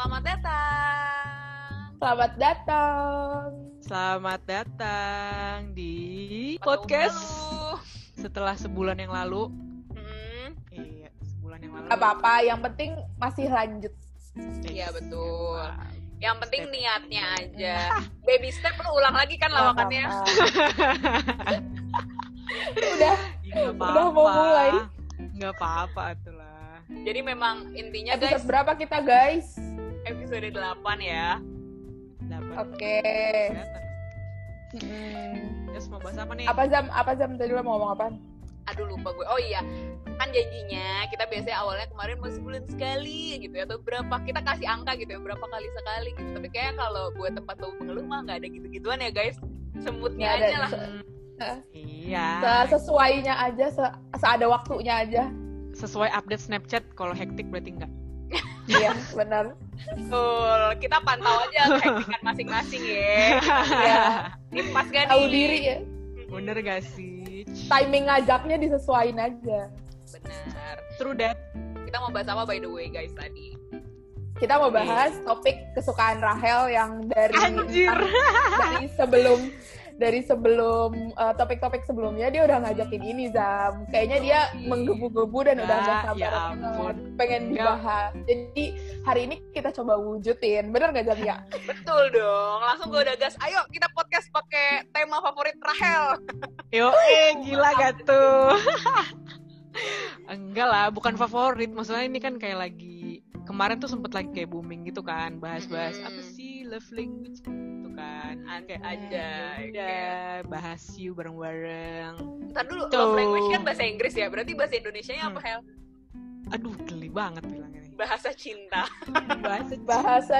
Selamat datang. Selamat datang. Selamat datang di Pada podcast umur. setelah sebulan yang lalu. Hmm, Iya, sebulan yang lalu. Apa-apa, yang penting masih lanjut. Iya betul. Yang penting Step. niatnya aja. Baby step lu ulang lagi kan lawakannya. Udah, Nggak udah mau mulai. Nggak apa-apa itulah. Jadi memang intinya Episode guys, berapa kita, guys? episode 8 ya. Dapat. Oke. Kelihatan. Terus mau bahas apa nih? Apa Zam tadi lo mau ngomong apa? Aduh lupa gue. Oh iya, kan janjinya kita biasanya awalnya kemarin mau sebulan sekali gitu ya, atau berapa, kita kasih angka gitu ya, berapa kali sekali gitu. Tapi kayaknya kalau buat tempat lu mengeluh mah nggak ada gitu-gituan ya guys. Sembutnya Nggak ada. aja lah. Iya. Sesuainya aja, seada waktunya aja. Sesuai update Snapchat, kalau hektik berarti enggak. Iya, benar. Betul, kita pantau aja kehektikan masing-masing ya. Iya, Ini pas gak nih? tahu diri ya. Bener gak sih? Timing ngajaknya disesuaiin aja. Bener. True that. Kita mau bahas apa by the way guys tadi? Kita mau bahas topik kesukaan Rahel yang Anjir. dari sebelum topik-topik sebelumnya dia udah ngajakin ini, Zam. Kayaknya dia menggebu-gebu dan udah nggak sabar Ya banget, ampun. pengen dibahas. Jadi hari ini kita coba wujudin, bener nggak, Zam ya? Betul dong, langsung gue udah gas. Ayo kita podcast pakai tema favorit Rahel. Yo, gila gak tuh? Enggak lah, bukan favorit. Maksudnya ini kan kayak lagi kemarin tuh sempet lagi kayak booming gitu kan, bahas-bahas apa sih love language gitu kan. Kayak Aja. udah bahas you bareng-bareng. Ntar dulu, Tuh. love language kan bahasa Inggris ya, berarti bahasa Indonesianya apa Hel? Aduh, geli banget bilangnya nih. Bahasa cinta. Bahasa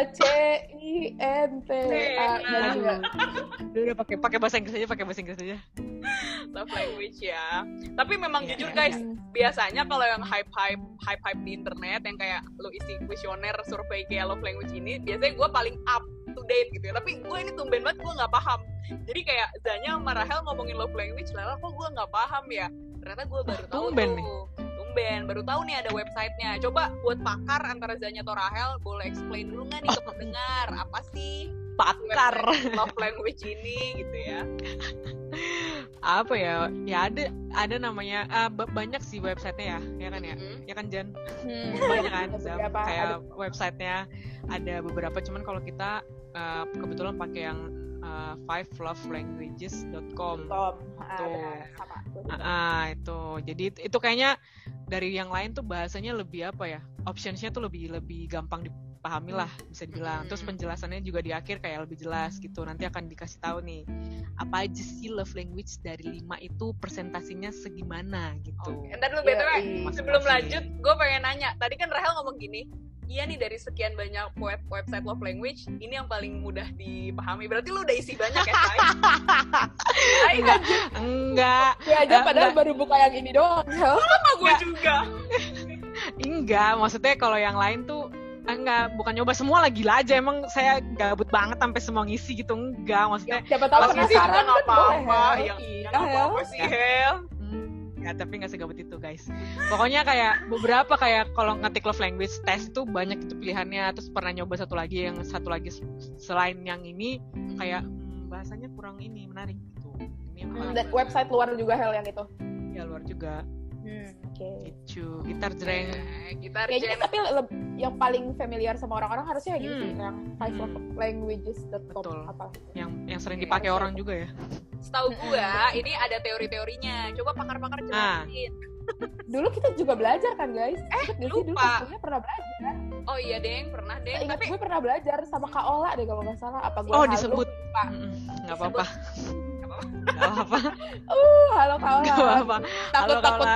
CINTA. Udah pakai bahasa Inggris aja. Love language ya. Tapi memang Iya. jujur guys, biasanya kalau yang hype di internet yang kayak lu isi kuesioner survei kayak love language ini, biasanya gue paling up to date gitu ya. Tapi gue ini tumben banget gue nggak paham. Jadi kayak Zanya sama Rahel ngomongin love language, lah kok gue nggak paham ya. Ternyata gue baru tahu Tumben tuh. nih. Baru tahu nih ada websitenya. Coba buat pakar antara Zanya atau Rahel, boleh explain dulu nggak nih ke pendengar apa sih Pakar. website love language ini gitu ya? Apa ya? Ya ada namanya banyak sih websitenya ya kan ya? Ya kan Jan? Banyak kan Zam? Beberapa, Kayak websitenya ada beberapa, cuman kalau kita kebetulan pakai yang fivelovelanguages.com. Itu. Jadi itu kayaknya dari yang lain tuh bahasanya lebih apa ya? Optionsnya tuh lebih gampang dipahami lah bisa dibilang. Terus penjelasannya juga di akhir kayak lebih jelas gitu. Nanti akan dikasih tahu nih apa aja sih love language dari 5 itu persentasinya segimana gitu. Entar dulu Iya, BTW, iya. sebelum lanjut, gue pengen nanya. Tadi kan Rahel ngomong gini, iya nih dari sekian banyak website love language, ini yang paling mudah dipahami. Berarti lu udah isi banyak ya, Say? Enggak. Ya aja padahal baru buka yang ini doang. Sama gue juga. Enggak, maksudnya kalau yang lain tuh enggak, bukan nyoba semua lah, gila aja emang saya gabut banget sampai semua ngisi gitu. Enggak, maksudnya Siapa tahu Pas ngisi juga penasaran nggak kan boleh, apa-apa. Hel. Yang Iya, nggak apa-apa Hel. sih, Hel. ya tapi nggak segabut itu guys. Pokoknya kayak beberapa kayak kalau ngetik love language test itu banyak itu pilihannya. Terus pernah nyoba satu lagi selain yang ini kayak bahasanya kurang ini menarik gitu. Ini yang paling Dan website luar juga, Hel, yang itu. ya luar juga Oke. gitu. Gitar jreng. Gitar Kayaknya Jen. tapi yang paling familiar sama orang-orang harusnya kayak gitu sih, yang fivelovelanguages.com Betul. apa. Yang sering dipakai orang juga ya. Setahu gue, ini ada teori-teorinya. Coba pakar-pakar jelasin. Dulu kita juga belajar kan, guys? Ingat gak sih dulu lupa. sebenarnya pernah belajar. Oh iya, Deng, pernah, Deng. Ingat Tapi gue pernah belajar sama Kak Ola deh kalau nggak salah. Apa gue Oh, halu? disebut. Lupa. Nggak apa-apa. nggak apa-apa. Nggak apa-apa. Halo Kak Ola. Nggak apa-apa. Takut.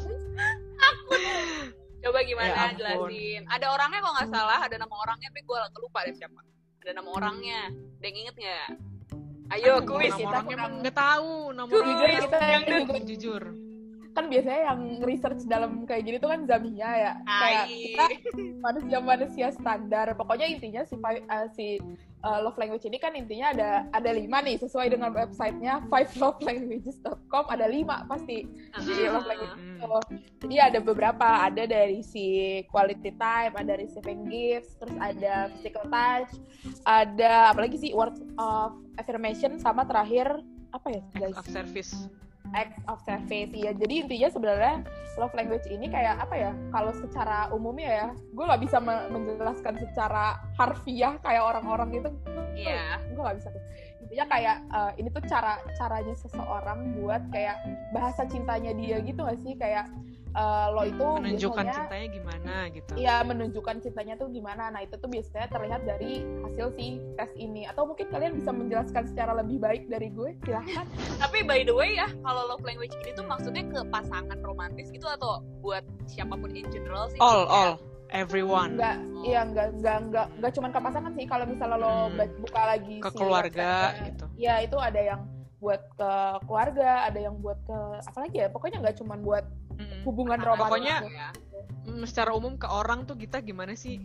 Coba gimana Ya ampun. jelasin. Ada orangnya kalau nggak salah, ada nama orangnya, tapi gue lupa ada siapa. Ada nama orangnya. Deng, inget nggak? Ayo, kuis. Nama kita orangnya kurang- nggak tahu nama Jujur, orangnya. kita yang juga Jujur. kan biasanya yang research dalam kayak gini tuh kan Zamiya ya. Kayak kita manusia standar. Pokoknya intinya si love language ini kan intinya ada 5 nih sesuai dengan websitenya 5lovelanguages.com, ada 5 pasti di love language itu. Jadi ada beberapa, ada dari si quality time, ada receiving gifts, terus ada physical touch, ada apalagi sih words of affirmation, sama terakhir apa ya guys? Acts of service. Iya, jadi intinya sebenarnya love language ini kayak apa ya? Kalau secara umumnya ya, gue nggak bisa menjelaskan secara harfiah kayak orang-orang gitu. Iya. Gue nggak bisa tuh. Intinya kayak ini tuh caranya seseorang buat kayak bahasa cintanya dia gitu nggak sih? Kayak lo itu menunjukkan biasanya, cintanya gimana gitu. Iya, menunjukkan cintanya tuh gimana. Nah, itu tuh biasanya terlihat dari hasil si tes ini. Atau mungkin kalian bisa menjelaskan secara lebih baik dari gue, silahkan. Tapi by the way ya, kalau love language ini tuh maksudnya ke pasangan romantis gitu atau buat siapapun in general sih? All everyone. Enggak cuma ke pasangan sih. Kalau misalnya lo buka lagi ke keluarga gitu. Ya, itu ada yang buat ke keluarga, ada yang buat ke apa lagi ya? Pokoknya nggak cuma buat hubungan romantis. Pokoknya secara umum ke orang tuh kita gimana sih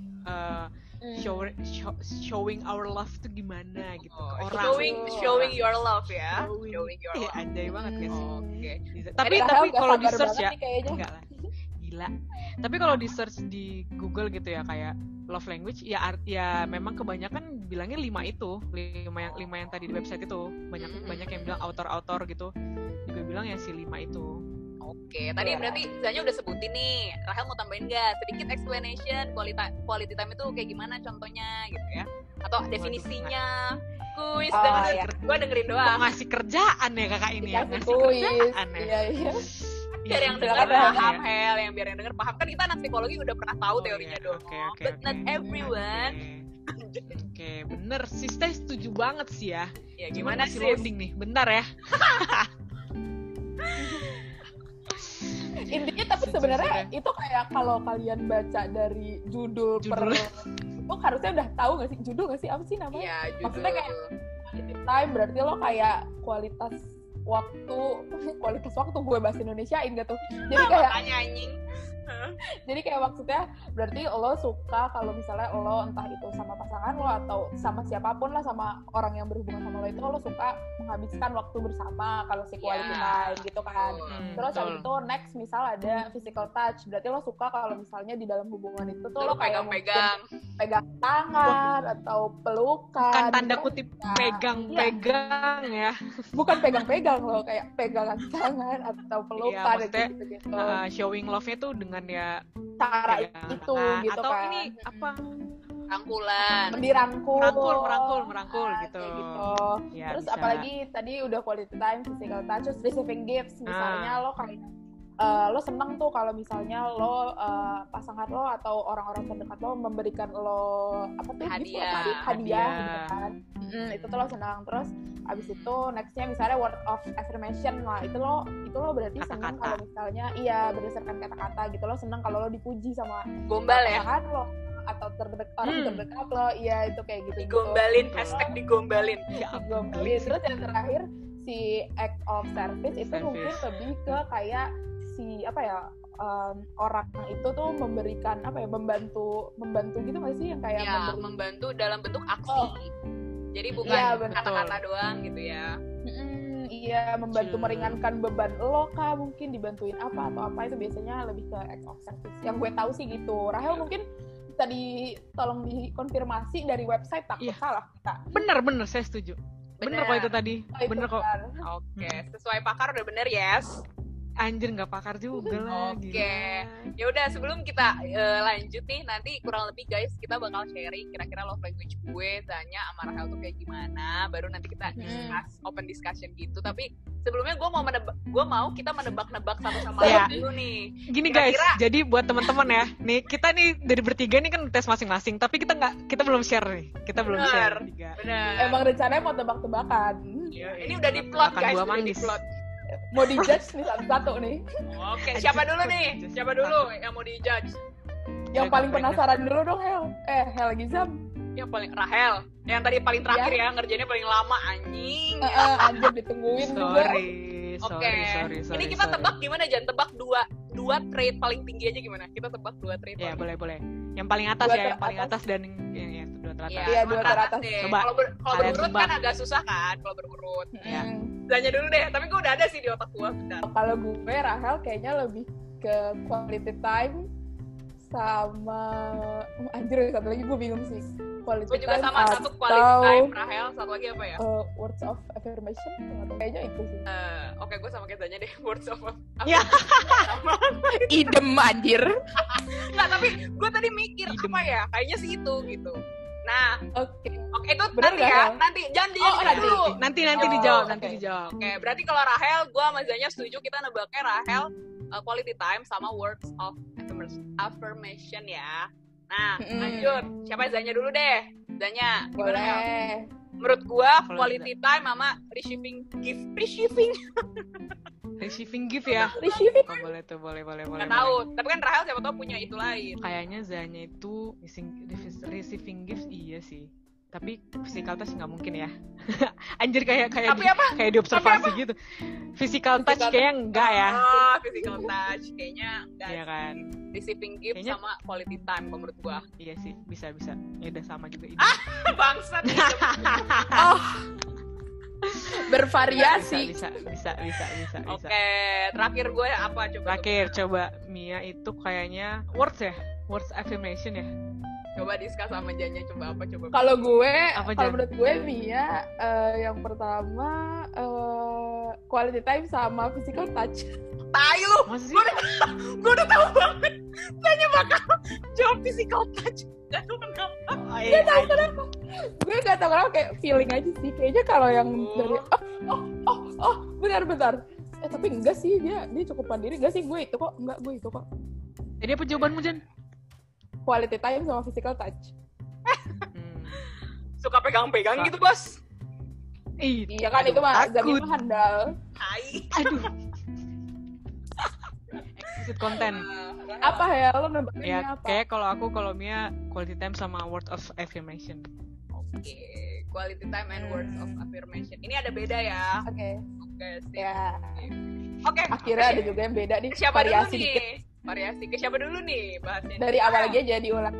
showing our love tuh gimana gitu ke orang. Showing your love ya. Showing your love. Anjay banget gak sih? Oke. Tapi kalau di search ya enggak lah. Gila. Tapi kalau di search di Google gitu ya kayak love language ya memang kebanyakan bilangnya 5 yang tadi di website itu. Banyak yang bilang author gitu. Juga bilang ya si 5 itu. Oke, tadi berarti Zanya udah sebutin nih. Rahel mau tambahin nggak? Sedikit explanation quality time itu kayak gimana contohnya gitu ya? Atau definisinya? Kuis, gue dengerin doang. Ngasih kerjaan ya kakak ini ya? Ngasih kuis. Kerjaan ya? Iya. Biar yang denger paham, Hel. Yang biar yang denger paham. Kan kita anak psikologi udah pernah tahu teorinya dong. But not everyone. Oke, bener. Sista setuju banget sih ya. Ya gimana sih? Loading nih, bentar ya. Intinya tapi sebenarnya itu kayak kalau kalian baca dari judul. Itu harusnya udah tahu nggak sih judul nggak sih, apa sih namanya? Ya, judul. Maksudnya kayak quality time berarti lo kayak kualitas waktu gue bahasa Indonesiain gitu. Jadi kayak anjing. Jadi kayak maksudnya berarti lo suka kalau misalnya lo entah itu sama pasangan lo atau sama siapapun lah, sama orang yang berhubungan sama lo itu lo suka menghabiskan waktu bersama kalau si quality time gitu kan. Terus habis itu next misal ada physical touch, berarti lo suka kalau misalnya di dalam hubungan itu tuh lo kayak pegang tangan atau pelukan. Kan tanda kutip pegang-pegang ya. Bukan pegang-pegang lo, kayak pegangan tangan atau pelukan gitu. Showing love-nya tuh dengan ya cara itu gitu atau kan. Ini apa? Rangkulan. Merangkul gitu. Ya, terus bisa. Apalagi tadi udah quality time, physical touch, terus receiving gifts. Misalnya lo kayak lo seneng tuh kalau misalnya lo pasangan lo atau orang-orang terdekat lo memberikan lo apa tuh hadiah gitu kan. Itu tuh lo senang. Terus abis itu nextnya misalnya word of affirmation lah, itu lo berarti senang kalau misalnya berdasarkan kata-kata gitu, lo senang kalau lo dipuji sama gombal ya pasangan lo atau orang terdekat lo, itu kayak gitu. Digombalin, #digombalin. Terus yang terakhir si act of service itu mungkin lebih ke kayak si apa ya, orang itu tuh memberikan apa ya, membantu gitu nggak sih, yang kayak membantu dalam bentuk aksi. Jadi bukan kata-kata doang gitu ya. Iya, membantu meringankan beban lo kah, mungkin dibantuin apa atau apa, itu biasanya lebih ke act of service. Yang gue tahu sih gitu. Rahel mungkin bisa tolong dikonfirmasi dari website, takut salah kita. Bener, saya setuju. Bener kok itu tadi. Bener kok. Oke, sesuai pakar udah bener, yes. Anjir, nggak pakar juga lah. Oke. Ya udah, sebelum kita lanjut nih, nanti kurang lebih guys kita bakal sharing kira-kira love language gue, Zanya sama Rahel tuh kayak gimana. Baru nanti kita open discussion gitu. Tapi sebelumnya gue mau kita menebak-nebak satu sama lain dulu nih. Gini kira-kira, guys, jadi buat teman-teman ya, nih kita nih dari bertiga nih kan tes masing-masing, tapi kita belum share nih. Belum share. Bener. Emang rencananya mau tebak-tebakan. Ini udah di plot guys, udah di plot. Mau dijudge nih satu-satu nih. Oke, siapa dulu nih? Siapa dulu yang mau dijudge? Yang paling penasaran dulu dong, Hel. Hel Gizam. Yang paling Rahel. Yang tadi paling terakhir ya, ngerjainnya paling lama, anjing. Anjir, ditungguin juga. sorry. Ini kita tebak gimana, Jan? Tebak dua trait paling tinggi aja gimana? Kita tebak 2 trait. Ya, boleh. Yang paling atas yang paling atas dan yang 2 teratas. Iya, 2 teratas. Coba. Kalau berurut kan agak susah kan kalau berurut. Ya. Tanya dulu deh, tapi gue udah ada sih di otak gue. Kalau gue Rahel kayaknya lebih ke quality time sama anjir, satu lagi gue bingung sih. Quality gue juga time sama, satu quality time Rahel, satu lagi apa ya? Words of affirmation kayaknya itu sih. Oke, gue sama kayak Zanya deh, words of Ya. Idem anjir. Nggak, tapi gue tadi mikir apa ya, kayaknya sih itu gitu. Nah, Oke, itu bener nanti gak, ya, Rahel? nanti jangan dulu. Nanti dijawab. Oke, berarti kalau Rahel, gue sama Zanya setuju kita nebaknya Rahel quality time sama words of affirmation ya. Nah, lanjut. Siapa Zanya dulu deh? Zanya, gimana ya? Boleh. Menurut gue quality time sama receiving gift ya. Receiving. Oh, boleh tuh, boleh. Nggak tahu, tapi kan Rahel siapa tahu punya itu lain. Kayaknya Zanya itu receiving gifts iya sih. Tapi physical touch nggak mungkin ya. Anjir kayak diobservasi gitu. Physical touch kayaknya enggak ya. Physical touch kayaknya enggak. Iya kan. Receiving gift kayaknya... sama quality time menurut gua. Iya sih, bisa. Ya udah sama juga ini. Bangsat. Bervariasi. Bisa. Oke, terakhir gue apa coba? Coba Mia itu kayaknya words affirmation ya. Coba discuss sama Janya, coba. Kalau menurut gue Mia yang pertama quality time sama physical touch. Tai lu. Gue udah tahu banget. Janya bakal jawab physical touch. Gak tahu kenapa. Gue gak tau kenapa, kayak feeling aja sih. Kayaknya kalau yang dari bentar. Tapi enggak sih, dia cukup mandiri. Enggak sih, gue itu kok. Jadi apa jawabanmu, Jan? Quality time sama physical touch. Suka pegang-pegang gitu, Bos. Iya kan, itu mah Zami handal. Hai. Aduh. Explicit content. Apa ya, lo nebaknya apa? Kayak kalau Mia quality time sama words of affirmation. Oke, quality time and words of affirmation. Ini ada beda ya. Oke, sih. Ya. Oke. Akhirnya ada juga yang beda nih. Siapa variasi dulu nih? dikit. Variasi. Ke siapa dulu nih bahasnya? Dari awal lagi aja diulang.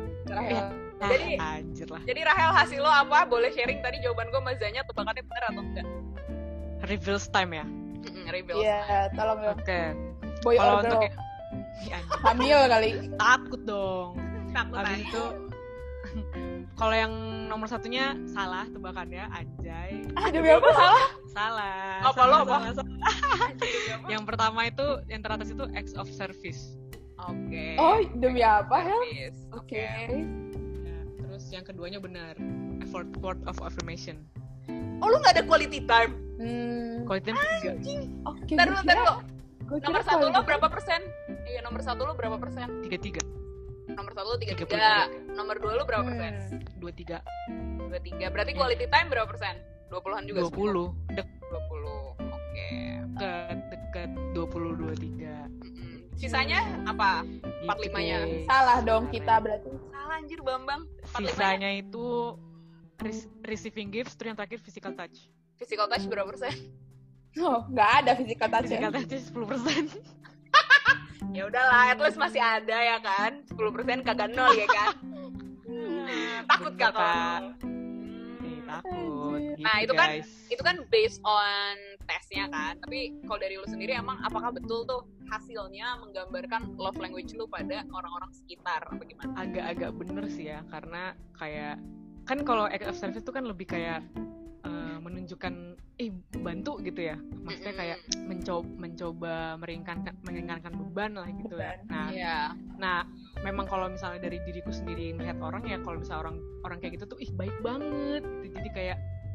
Jadi Rahel, hasil lo apa? Boleh sharing tadi jawaban gue sama Zanya, tebakannya bener atau enggak? Reveals time ya? Reveals time. Iya, tolong ya. Oke. Boy or girl? Hamil kali. Takut dong. Takut habis itu kalau yang nomor satunya salah tebakannya, anjay. Demi apa salah? Salah. Apa lo apa? Yang pertama itu, yang teratas itu acts of service. Oke. Oh, demi apa, Hel? Oke. Ya, terus yang keduanya benar, word of affirmation. Oh, lu nggak ada quality time? Quality time 3. Oke. Taruh. Nomor 1 lo berapa persen? Iya, nomor 1 lo berapa persen? 33. Nomor 1 lo 33. Nomor 2 lo berapa persen? 23. Berarti quality time berapa persen? 20-an juga. 20. 20. Oke. Dekat 20, 23. Sisanya apa? 45-nya. Salah dong kita berarti. Salah anjir, Bambang. Sisanya itu receiving gifts, terus yang terakhir physical touch. Physical touch berapa persen? Oh, nggak ada physical touch. Physical touch 10%. Ya udahlah, at least masih ada ya kan. 10% kagak nol ya kan. Takut gak kalau? Takut. Nah, itu kan based on tesnya kan. Tapi kalau dari lu sendiri, emang apakah betul tuh hasilnya menggambarkan love language lu pada orang-orang sekitar apa gimana? Agak-agak bener sih ya, karena kayak kan kalau act of service itu kan lebih kayak menunjukkan bantu gitu ya, maksudnya kayak mencoba meringankan beban lah gitu ya. Nah memang kalau misalnya dari diriku sendiri melihat orang ya, kalau misalnya orang kayak gitu tuh baik banget gitu. Jadi kayak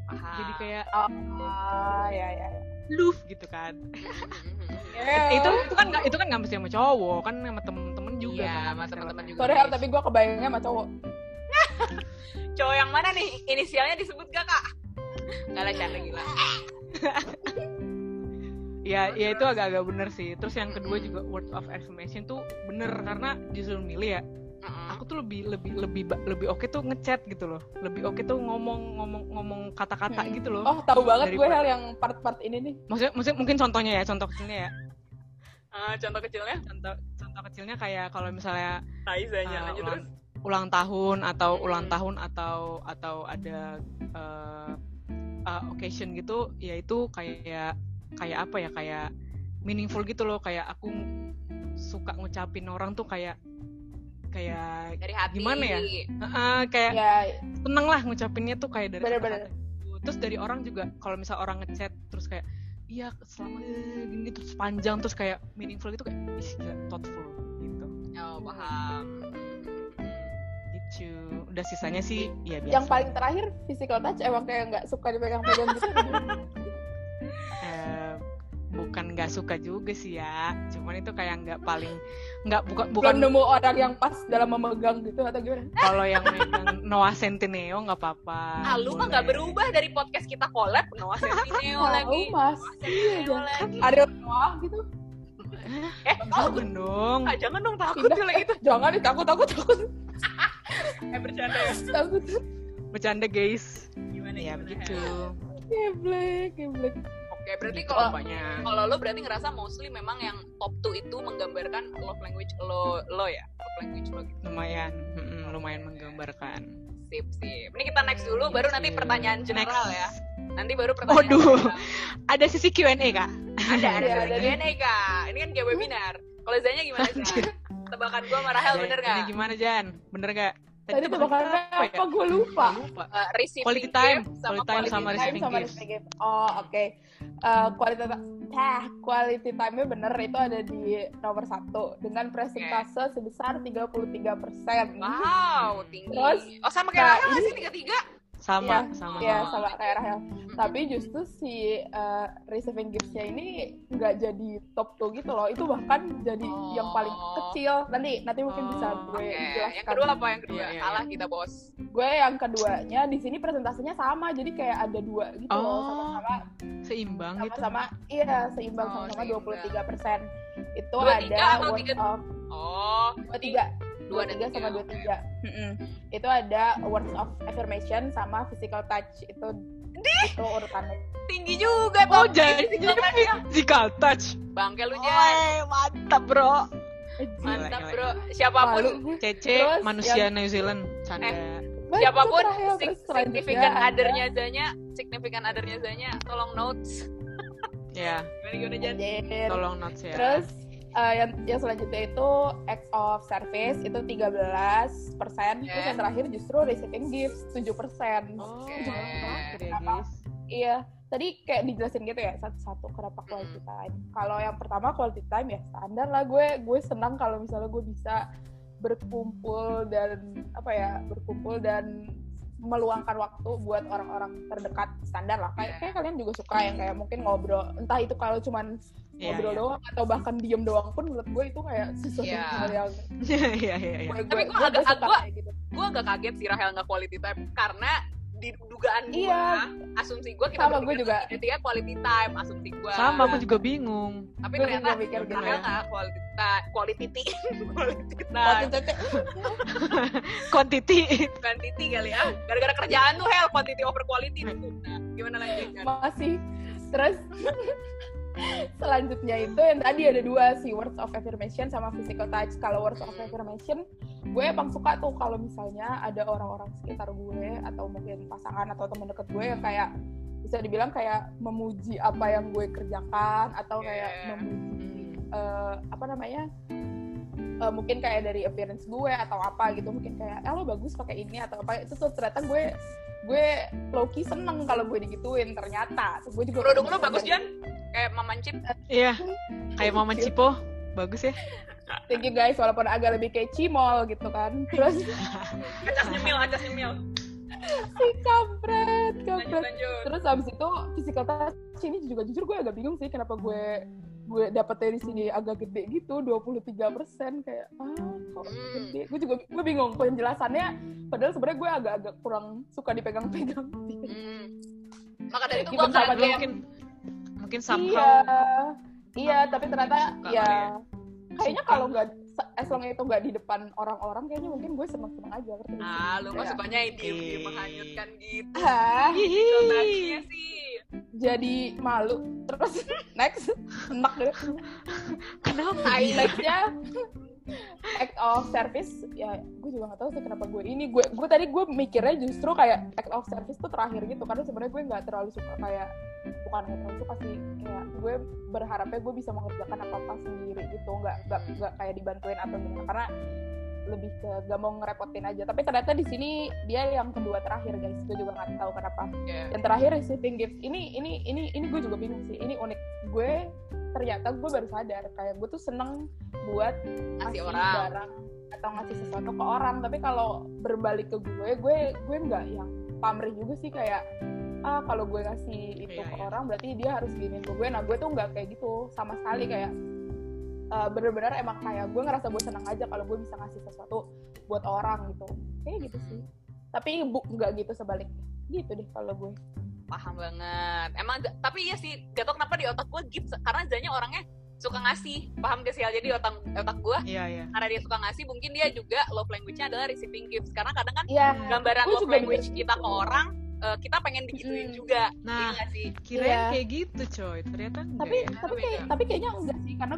ya love gitu kan. itu kan nggak mesti sama cowok kan, sama temen-temen juga kan, sama temen-temen juga. Sorry, tapi gue kebayangnya sama cowok. Cowok yang mana nih? Inisialnya disebut gak, Kak? Gak lah, canda gila. Ya itu agak-agak bener sih. Terus yang kedua juga word of affirmation tuh bener, karena disuruh milih ya. aku tuh lebih oke tuh ngechat gitu loh, lebih oke tuh ngomong kata-kata gitu loh. Oh, tahu banget gue hal yang part-part ini nih. Maksudnya mungkin contohnya ya. Contoh kecilnya kayak kalau misalnya ulang tahun atau ada occasion gitu, ya itu kayak apa ya, kayak meaningful gitu loh, kayak aku suka ngucapin orang tuh kayak dari hati. Gimana ya? Kayak seneng lah ngucapinnya tuh kayak dari kata-kata. Terus dari orang juga, kalau misal orang ngechat terus kayak iya selamat gini terus panjang terus kayak meaningful gitu, kayak gila, thoughtful gitu. Oh, paham. Gitu. Udah sisanya sih ya biasa. Yang paling terakhir physical touch emang kayak nggak suka dipegang-pegang gitu. Bukan nggak suka juga sih ya, cuman itu kayak bukan belum nemu orang yang pas dalam memegang gitu atau gimana? Kalau yang megang Noah Centineo nggak apa-apa. Lu mah nggak berubah dari podcast kita collab Noah Centineo lagi. Masih ada Noah gitu. Jangan dong. Jangan dong, takut ya itu. Jangan nih, takut. Bercanda ya. Takut. Bercanda guys. Gimana ya begitu. Geblek. Oke, berarti kalau lo berarti ngerasa mostly memang yang top 2 itu menggambarkan love language lo ya, love language lo gitu. Lumayan menggambarkan. Sip. Ini kita next dulu, baru nanti pertanyaan general ya. Nanti baru pertanyaan general. Ada sisi Q&A kak? Ada Q&A kak. Ini kan kayak webinar. Kalau Zanya gimana Jan? Tebakan gue sama Rahel bener gak? Ini gimana Jan? Bener gak? Tadi tebakannya apa? Gue lupa. Receiving quality time sama receiving gift. Oh, oke. Quality time-nya bener, itu ada di nomor 1 dengan presentase sebesar 33%. Wow, tinggi. Terus, sama kayak Rahel sih 33? Sama. Iya, sama kayak Rahel. Tapi justru si receiving gifts-nya ini nggak jadi top 2 gitu loh. Itu bahkan jadi yang paling kecil. Nanti mungkin bisa gue jelaskan. Yang kedua apa? Salah kita, Bos. Gue yang keduanya di sini presentasenya sama. Jadi kayak ada 2 gitu loh, sama-sama seimbang gitu. Seimbang sama-sama 23%. Itu 23 ada words of 23 sama 23. Itu ada words of affirmation sama physical touch. Itu urutannya. Tinggi juga tuh. Jadi physical touch. Bangke lu Jan. Mantap bro. Siapapun Cece manusia New Zealand. Canda. Siapapun significant other-nya Zanya tolong notes. Ya. Gimana Jan? Tolong notes ya. Terus yang selanjutnya itu acts of service itu 13%. Terus yang terakhir justru receiving gifts 7%. Iya, tadi kayak dijelasin gitu ya satu-satu kenapa quality time. Kalau yang pertama quality time ya standar lah, gue senang kalau misalnya gue bisa berkumpul dan meluangkan waktu buat orang-orang terdekat, standar lah. Kayak kalian juga suka yang kayak mungkin ngobrol, entah itu kalau cuman ngobrol doang atau bahkan diem doang pun menurut gue itu kayak sesuatu hal yang Tapi gue agak kaget sih Rahel nggak quality time, karena di dugaan gue, asumsi gue kita juga dia quality time, asumsi gue sama, aku juga bingung. Tapi ternyata Rahel nggak quality quantity kali ya, gara-gara kerjaan tuh Hel quantity over quality tuh. Nah, gimana lagi? Masih terus selanjutnya itu yang tadi ada 2 sih, words of affirmation sama physical touch. Kalau words of affirmation gue emang suka tuh kalau misalnya ada orang-orang sekitar gue atau mungkin pasangan atau teman dekat gue yang kayak bisa dibilang kayak memuji apa yang gue kerjakan atau kayak memuji mungkin kayak dari appearance gue atau apa gitu, mungkin kayak lo bagus pakai ini atau apa, itu tuh ternyata gue low-key seneng kalau gue digituin. Ternyata gue juga produk lo bagus Jan, kayak Maman Cip. Iya, kayak Maman Cipo bagus ya. Thank you guys, walaupun agak lebih kayak cimol gitu kan. Terus acas nyemil si kampret. Lanjut. Terus abis itu physical touch ini juga jujur gue agak bingung sih kenapa gue dapet dari sini agak gede gitu, 23%. Kayak kok gede. Gue bingung penjelasannya, padahal sebenarnya gue agak kurang suka dipegang-pegang. Maka dari itu gue kaget mungkin somehow iya, tapi ternyata ya kayaknya kalau nggak as long itu nggak di depan orang-orang, kayaknya mungkin gue seneng-seneng aja. Lu mah sukanya yang diem menghanyutkan gitu. Iya sih. Jadi malu. Terus next, enak deh. Kenapa? Highlightnya act of service, ya gue juga nggak tahu sih kenapa gue tadi gue mikirnya justru kayak act of service tuh terakhir gitu, karena sebenarnya gue nggak terlalu suka kayak, bukan nggak terlalu suka sih, kayak gue berharapnya gue bisa mengerjakan apa-apa sendiri gitu, nggak kayak dibantuin atau gimana, karena lebih ke gak mau ngerepotin aja. Tapi ternyata di sini dia yang kedua terakhir guys, gue juga nggak tahu kenapa. Yang terakhir receiving gifts ini gue juga bingung sih, ini unik. Gue ternyata gue baru sadar kayak gue tuh seneng buat ngasih barang atau ngasih sesuatu ke orang, tapi kalau berbalik ke gue nggak yang pamrih juga sih, kayak kalau gue ngasih itu ke orang berarti dia harus giniin ke gue. Nah gue tuh nggak kayak gitu sama sekali, kayak bener-bener emang kayak gue ngerasa gue senang aja kalau gue bisa ngasih sesuatu buat orang gitu, kayak gitu sih. Tapi nggak gitu sebaliknya gitu deh kalau gue. Paham banget. Emang tapi iya sih, gak tau kenapa di otak gue gift, karena Zanya orangnya suka ngasih. Paham gak sih? Jadi otak gue karena dia suka ngasih, mungkin dia juga love language-nya adalah receiving gifts. Karena kadang kan gambaran love language kita ke orang, kita pengen digituin juga. Nah, iya sih? Kirain kayak gitu coy, ternyata enggak. Tapi kayaknya enggak sih, karena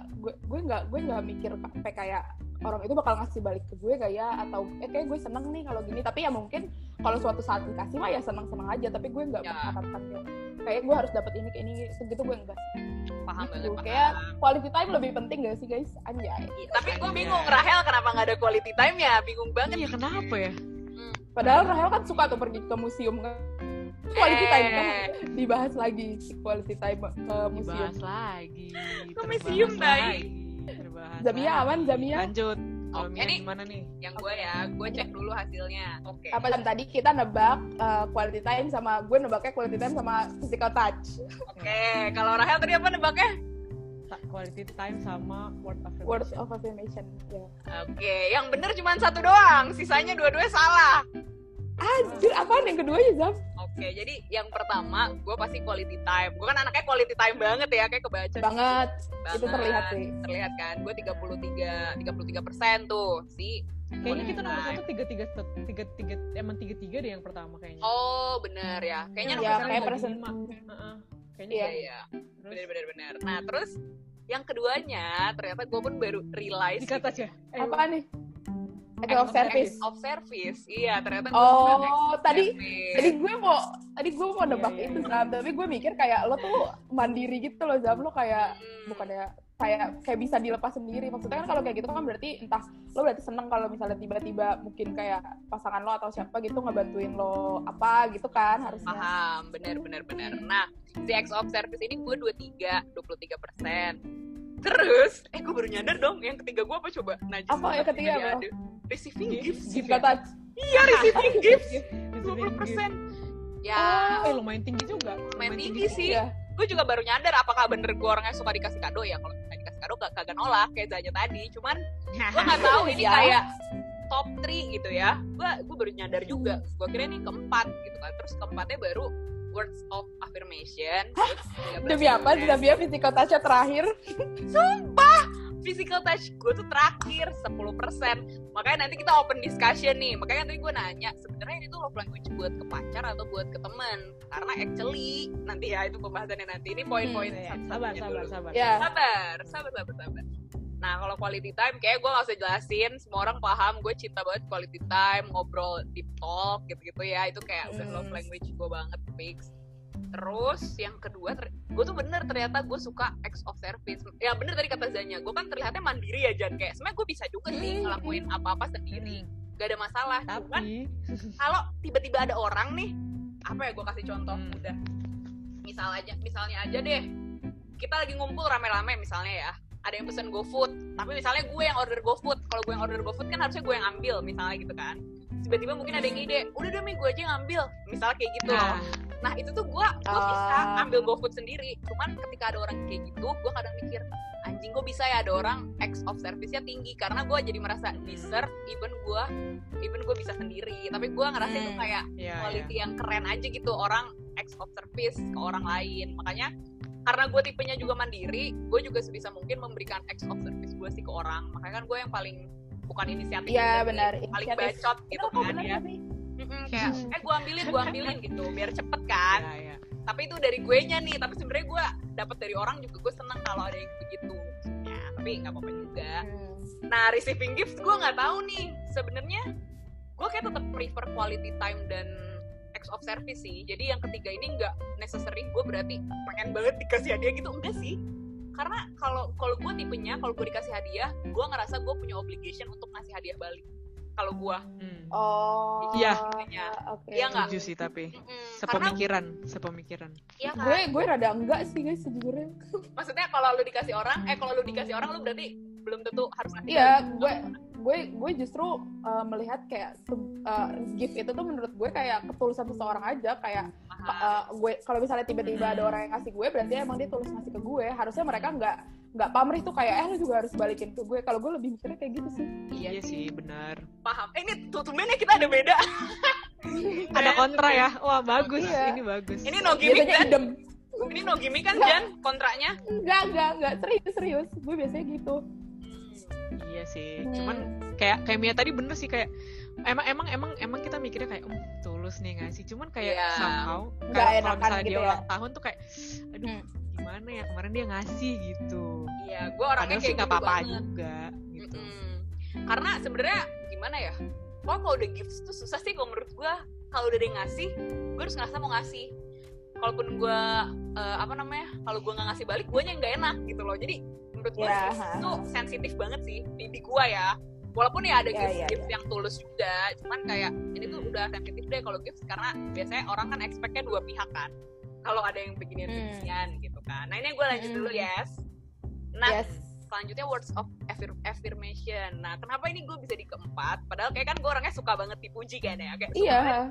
gue nggak mikir kayak orang itu bakal ngasih balik ke gue kayak, atau kayak gue seneng nih kalau gini. Tapi ya mungkin kalau suatu saat dikasih mah ya seneng-seneng aja, tapi gue nggak mengharapkan kayak gue harus dapat ini segitu, gue enggak. Paham gitu. banget. Kayak quality time lebih penting gak sih guys? Anjay. Tapi gue bingung, Rahel kenapa nggak ada quality time ya? Bingung banget. Iya, kenapa ya? Padahal Rahel kan suka tuh pergi ke museum kan. Quality time kan dibahas lagi, quality time ke museum. Dibahas lagi. Ke museum baik. Zamia aman, Zamia. Lanjut. Kalau Mia gimana nih? Yang gue cek dulu hasilnya. Oke. Apa tadi kita nebak quality time, sama gue nebaknya quality time sama physical touch. Oke. Kalau Rahel tadi apa nebaknya? Quality time sama words of affirmation. Ya. Oke, yang bener cuma satu doang, sisanya dua-duanya salah. Anjir, apaan yang kedua ya, Zam? Oke, jadi yang pertama gue pasti quality time. Gue kan anaknya quality time banget ya, kayak kebaca banget. Itu terlihat sih. Terlihat kan, gue 33% tuh sih. Kayaknya kita nomor 1 3 deh yang pertama kayaknya. Oh bener ya, kayaknya kayak persen. Kayaknya iya. Bener. Nah terus yang keduanya ternyata gue pun baru realize. Dikata aja. Apa nih? Act of service. Of service, iya ternyata. Tadi gue mau nebak itu Zam, tapi gue mikir kayak lo tuh mandiri gitu loh Zam, lo kayak bukannya kayak bisa dilepas sendiri. Maksudnya kan kalau kayak gitu kan berarti entah lo berarti seneng kalau misalnya tiba-tiba mungkin kayak pasangan lo atau siapa gitu ngebantuin lo apa gitu kan harusnya. Paham, bener. Nah, si acts of service ini gue 23%. Terus, gue baru nyadar dong, yang ketiga gue apa coba? Apa yang ketiga apa? Receiving gifts. Touch. Iya, receiving gifts. 20%. Ya, lumayan tinggi juga. Lumayan tinggi sih. Ya. Gue juga baru nyadar apakah bener gue orangnya suka dikasih kado ya. Kalau dikasih kado kagak nolak kayak Zanya tadi. Cuman gue nggak tahu ini kayak top 3 gitu ya. Gue baru nyadar juga. Gue kira ini keempat gitu kan. Terus keempatnya baru words of affirmation. Demi apa? Demi physical touch terakhir? Sumpah, physical touch gue tuh terakhir 10%. Makanya nanti kita open discussion nih. Makanya nanti gue nanya, sebenarnya ini tuh love language buat ke pacar atau buat ke teman? Karena actually nanti ya itu pembahasannya nanti. Ini poin-poin sabar. Nah kalau quality time kayak gue gak usah jelasin, semua orang paham gue cinta banget quality time, ngobrol deep talk gitu-gitu ya, itu kayak udah love language gue banget, fix. Terus yang kedua, gue tuh bener ternyata gue suka acts of service. Ya bener tadi kata Zanya, gue kan terlihatnya mandiri ya Jan, kayak sebenarnya gue bisa juga sih ngelakuin apa-apa sendiri, gak ada masalah. Cuman kalau tiba-tiba ada orang nih, apa ya gue kasih contoh udah, misalnya aja deh, kita lagi ngumpul rame-rame misalnya ya, ada yang pesen GoFood, tapi misalnya gue yang order GoFood. Kalau gue yang order GoFood kan harusnya gue yang ambil, misalnya gitu kan. Tiba-tiba mungkin ada yang ide, udah deh gue aja yang ambil, misalnya kayak gitu loh. Nah itu tuh gue bisa ambil GoFood sendiri. Cuman ketika ada orang kayak gitu, gue kadang mikir, anjing gue bisa ya ada orang acts of service-nya tinggi, karena gue jadi merasa deserve even gue bisa sendiri. Tapi gue ngerasa itu kayak quality yang keren aja gitu, orang acts of service ke orang lain. Makanya karena gue tipenya juga mandiri, gue juga sebisa mungkin memberikan acts of service gue sih ke orang. Makanya kan gue yang paling bukan inisiatif, iya benar, paling bacot gitu kan ya. Kayak gue ambilin gitu biar cepet kan. Ya. Tapi itu dari gue nya nih, tapi sebenarnya gue dapat dari orang juga, gue seneng kalau ada yang begitu ya, tapi nggak apa-apa juga. Nah, receiving gifts gue nggak tahu nih, sebenarnya gue kayak tetap prefer quality time dan acts of service sih. Jadi yang ketiga ini nggak necessary gue berarti pengen banget dikasih hadiah gitu, enggak sih. Karena kalau gue tipenya, kalau gue dikasih hadiah, gue ngerasa gue punya obligation untuk ngasih hadiah balik. Kalau gue, iya, oke. Setuju sih tapi sepemikiran. Iya kan? Gue rada enggak sih guys sejujurnya. Maksudnya kalau lu dikasih orang lu berarti belum tentu harus ngasih. Iya, gue justru melihat kayak gift itu tuh menurut gue kayak ketulusan seseorang aja, kayak gue kalau misalnya tiba-tiba ada orang yang ngasih gue, berarti emang dia tulus ngasih ke gue. Harusnya mereka nggak pamrih tuh kayak lu juga harus balikin ke gue. Kalau gue lebih mikirnya kayak gitu sih. Iya sih, benar. Paham. Ini tumbennya kita ada beda. Ada kontra ya. Wah, bagus. Iya. Ini bagus. Ini no gimmick Biasanya kan? idem. Ini no gimmick kan, Jan? Kontraknya? Enggak. Serius. Gue biasanya gitu. Iya sih. Cuman kayak Mia tadi bener sih, kayak emang kita mikirnya kayak tulus nih ngasih. Cuman kayak somehow kalau misalnya gitu dia ya. ulang tahun tuh kayak aduh gimana ya, kemarin dia ngasih gitu. Iya, gue orangnya padahal kayak sih nggak gitu apa-apa banget juga gitu. Karena sebenarnya gimana ya, kalau udah gifts tuh susah sih kalau menurut gue. Kalau udah ada yang ngasih, gue harus ngerasa mau ngasih. Kalaupun gue kalau gue nggak ngasih balik, gue nya nggak enak gitu loh. Jadi menurut gue itu sensitif banget sih di gue ya. Walaupun ya ada gift yang tulus juga, cuman kayak ini tuh udah sensitif deh kalau gift, karena biasanya orang kan expect-nya dua pihak kan. Kalau ada yang beginian gitu kan. Nah ini gue lanjut dulu Nah selanjutnya words of affirmation. Nah kenapa ini gue bisa di keempat? Padahal kayak kan gue orangnya suka banget dipuji kan ya. Kayak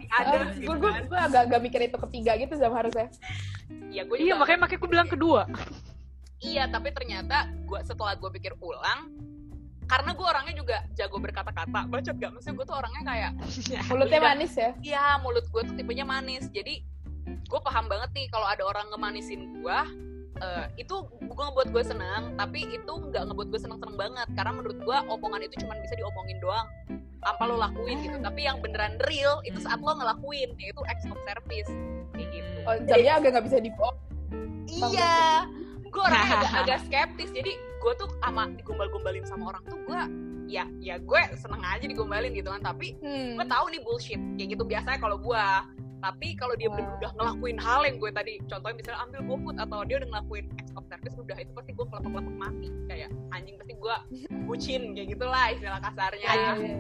gue agak mikir itu ketiga gitu sama harusnya. Ya, gue iya makanya gue bilang kedua. Iya, tapi ternyata setelah gue pikir ulang, karena gue orangnya juga jago berkata-kata, bacot gak? Maksudnya gue tuh orangnya kayak mulutnya manis ya? Iya, mulut gue tuh tipenya manis. Jadi gue paham banget nih kalau ada orang ngemanisin gue, itu gue ngebuat gue senang, tapi itu nggak ngebuat gue senang-senang banget. Karena menurut gue omongan itu cuma bisa diomongin doang tanpa lo lakuin gitu. Tapi yang beneran real itu saat lo ngelakuin, yaitu acts of service kayak gitu. Oh, jadinya agak nggak bisa dibohong. Iya, gue orangnya agak skeptis. Jadi gue tuh digombal-gombalin sama orang tuh gue ya gue seneng aja digombalin gitu kan. Tapi gue tahu nih bullshit kayak gitu biasanya kalau gue. Tapi kalau dia udah ngelakuin hal yang gue tadi, contohnya misalnya ambil GoFood atau dia udah ngelakuin acts of service, udah itu pasti gue kelepek-kelepek mati. Kayak anjing, pasti gue bucin kayak gitulah istilah kasarnya.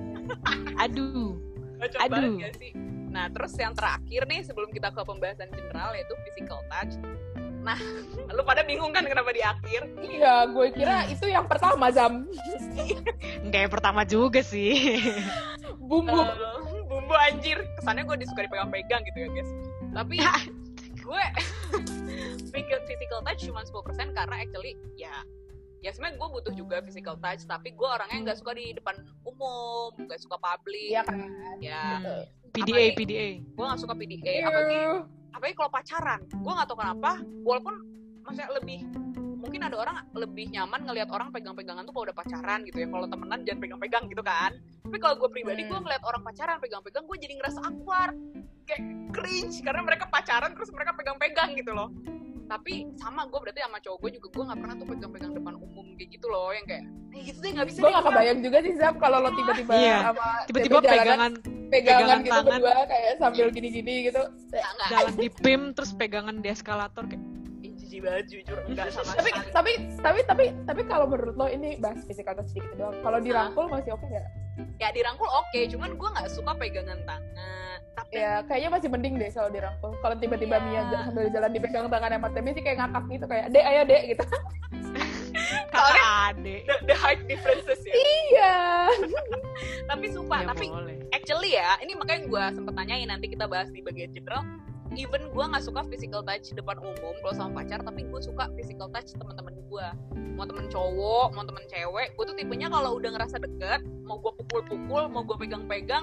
Aduh. Bacot banget gak sih? Nah terus yang terakhir nih sebelum kita ke pembahasan general, yaitu physical touch. Nah, lu pada bingung kan kenapa di akhir? Iya, gue kira itu yang pertama, Zam. Enggak yang pertama juga sih. Bumbu anjir. Kesannya gue disuka dipegang-pegang gitu ya, guys. Tapi gue physical touch cuma 10% karena actually ya sebenarnya gue butuh juga physical touch, tapi gue orangnya nggak suka di depan umum, nggak suka publik. Iya kan? Ya. PDA. Gue nggak suka PDA. Apalagi kalau pacaran, gue nggak tahu kenapa. Walaupun maksudnya mungkin ada orang lebih nyaman ngelihat orang pegang-pegangan tuh kalau udah pacaran gitu ya. Kalau temenan jangan pegang-pegang gitu kan. Tapi kalau gue pribadi, gue ngelihat orang pacaran pegang-pegang, gue jadi ngerasa awkward, kayak cringe karena mereka pacaran terus mereka pegang-pegang gitu loh. Tapi sama gue berarti sama cowok gue juga, gue nggak pernah tuh pegang-pegang depan umum kayak gitu loh, yang kayak gitu deh nggak bisa. Gue nggak kebayang juga sih Zam kalau lo tiba-tiba tiba-tiba pegangan gitu tangan, berdua kayak sambil gini-gini gitu. Jalan di PIM terus pegangan di eskalator kayak jijik banget jujur, enggak sama sekali. Tapi kalau menurut lo ini bahas physical touch sedikit doang. Kalau dirangkul masih oke nggak? Ya dirangkul oke, cuman gue nggak suka pegangan tangan. Tapi ya kayaknya masih mending deh kalau dirangkul. Kalau tiba-tiba Mia sambil jalan dipegang tangan sama Temi sih kayak ngakak gitu, kayak dek ayo dek gitu. Soalnya the height differences ya. Iya. Tapi sumpah, tapi actually ya, ini makanya gue sempet tanyain, nanti kita bahas di bagian general. Even gue nggak suka physical touch depan umum kalau sama pacar, tapi gue suka physical touch teman-teman gue. Mau temen cowok, mau temen cewek, gue tuh tipenya kalau udah ngerasa deket, mau gue pukul-pukul, mau gue pegang-pegang,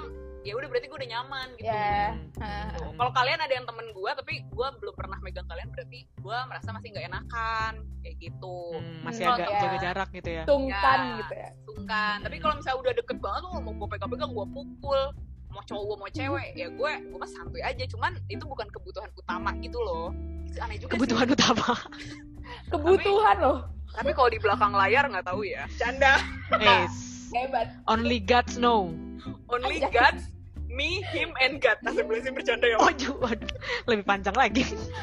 ya udah berarti gue udah nyaman gitu. Kalau kalian ada yang temen gue tapi gue belum pernah megang kalian, berarti gue merasa masih nggak enakan kayak gitu. Masih agak jaga jarak gitu ya. Sungkan gitu ya. Sungkan. Tapi kalau misalnya udah deket banget tuh mau gue pegang-pegang, gue pukul, mau cowok mau cewek, ya gue mah santuy aja. Cuman itu bukan kebutuhan utama gitu loh. Itu aneh juga kebutuhan sih. Utama. Kebutuhan loh. Tapi kalau di belakang layar nggak tahu ya. Canda. Hebat. Only God know. Only God, me, him, and God. Nah, sebelumnya bercanda ya. Oh, lebih panjang lagi.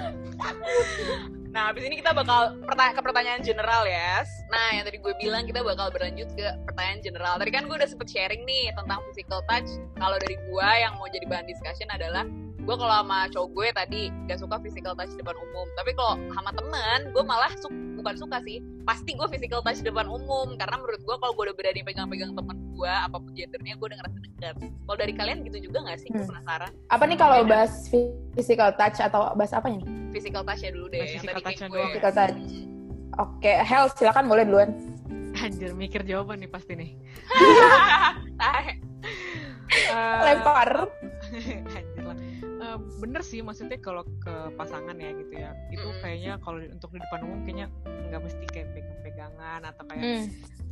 Nah, habis ini kita bakal ke pertanyaan general ya. Nah, yang tadi gue bilang kita bakal berlanjut ke pertanyaan general. Tadi kan gue udah sempet sharing nih tentang physical touch. Kalau dari gue yang mau jadi bahan discussion adalah gue kalau sama cowok gue tadi gak suka physical touch depan umum. Tapi kalau sama temen, gue malah bukan suka sih. Pasti gue physical touch depan umum. Karena menurut gue kalau gue udah berani pegang-pegang temen gue, apapun gendernya, gue udah ngerasa deket. Kalau dari kalian gitu juga gak sih? Gue penasaran. Apa nih kalau bahas physical touch atau bahas apa nih? Physical touch ya dulu deh. Physical touch gue. Physical touch. Oke, Hel, silakan boleh duluan. Anjir, mikir jawaban nih pasti nih. Lempar. Anjir lah. Bener sih, maksudnya kalau ke pasangan ya gitu ya, itu kayaknya kalau untuk di depan umum kayaknya nggak mesti kayak pegang-pegangan atau kayak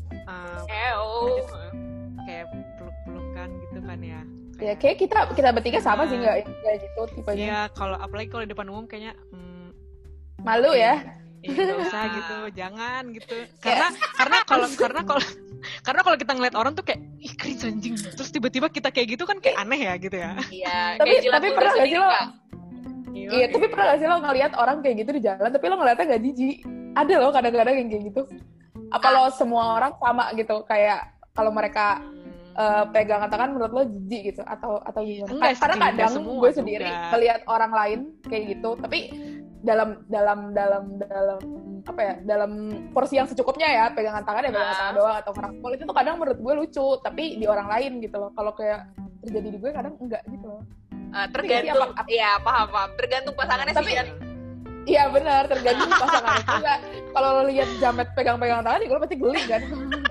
kayak peluk-pelukan gitu kan ya. Ya kayak kita bertiga sama sih nggak gitu tipenya. Iya, kalau apalagi kalau di depan umum kayaknya malu ya. Nggak usah gitu, jangan gitu. Karena kalau kita ngeliat orang tuh kayak ih cringe anjing, terus tiba-tiba kita kayak gitu kan kayak aneh ya gitu ya. Iya. Tapi pernah nggak sih lo? Iya, tapi pernah nggak sih lo ngeliat orang kayak gitu di jalan, tapi lo ngeliatnya nggak jijik? Ada loh kadang-kadang yang kayak gitu. Apa lo semua orang sama gitu, kayak kalau mereka pegangan tangan menurut lo jijik gitu atau gimana? Enggak, karena kadang gue sendiri juga melihat orang lain kayak gitu, tapi dalam apa ya, dalam porsi yang secukupnya ya, pegangan tangan doang atau ngerangkul itu tuh kadang menurut gue lucu, tapi di orang lain gitu loh. Kalau kayak terjadi di gue kadang enggak gitu loh. Tergantung, iya paham. Tergantung pasangannya sih. Iya benar, tergantung pasangannya. Enggak, kalau lo lihat Jamet pegang-pegang tangan, gue pasti geli kan.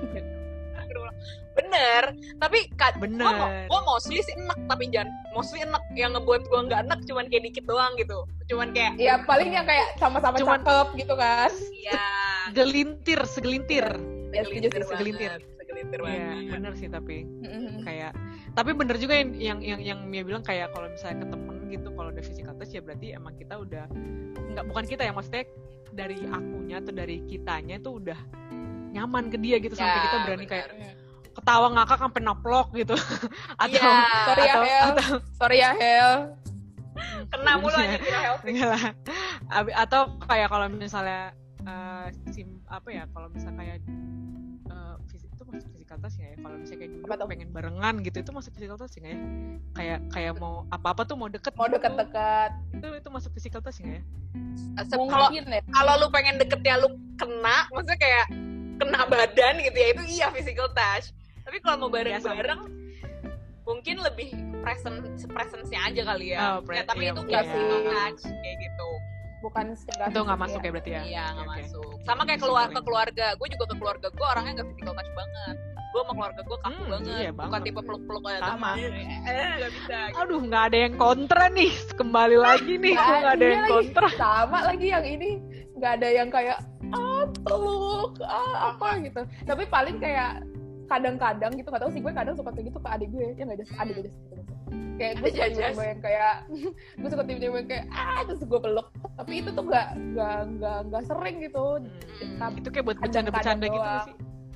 Bener, tapi gue mostly sih enak, tapi jangan mostly enak. Yang ngebuat gue nggak enak cuman kayak dikit doang gitu, cuman kayak ya paling yang kayak sama-sama cakep gitu kan. Iya, segelintir banget. Iya, bener sih. Tapi kayak tapi bener juga yang Mia bilang, kayak kalau misalnya ke temen gitu, kalau udah physical touch ya berarti emang kita udah bukan kita ya, maksudnya dari akunya atau dari kitanya tuh udah nyaman ke dia gitu, sampai kita berani kayak ketawa ngakak sampai naplok gitu. Sorry ya Hel. Kena mulu aja kira Hel. Atau kayak kalau misalnya kalau misalnya kayak itu masuk physical touch nggak ya? Kalau misalnya kayak dulu pengen barengan gitu, itu masuk physical touch nggak ya? Kayak mau apa tuh mau deket itu masuk physical touch nggak ya? Kalau lu pengen deket ya lu kena, maksudnya kayak kena badan gitu ya, itu iya physical touch. Tapi kalau mau bareng-bareng mungkin lebih presence-nya aja kali ya. Tapi itu nggak physical touch kayak gitu. Bukan secara itu nggak masuk ya berarti ya? Iya, nggak masuk. Sama kayak ke keluarga. Gue juga ke keluarga gue orangnya nggak physical touch banget. Gue sama keluarga gue kaku banget. Iya, bukan tipe peluk-peluk kayak sama. Nggak bisa. Aduh, nggak ada yang kontra nih. Kembali lagi nih, gue nggak ada yang kontra. Sama lagi yang ini, nggak ada yang kayak peluk apa gitu. Tapi paling kayak kadang-kadang gitu, nggak tahu sih, gue kadang suka kayak gitu ke adik gue ya, nggak jelas adik gue kayak gue suka tiba-tiba yang kayak gue suka tiba-tiba yang kayak terus gue peluk, tapi itu tuh nggak sering gitu. Itu kayak buat bercanda-bercanda gitu sih.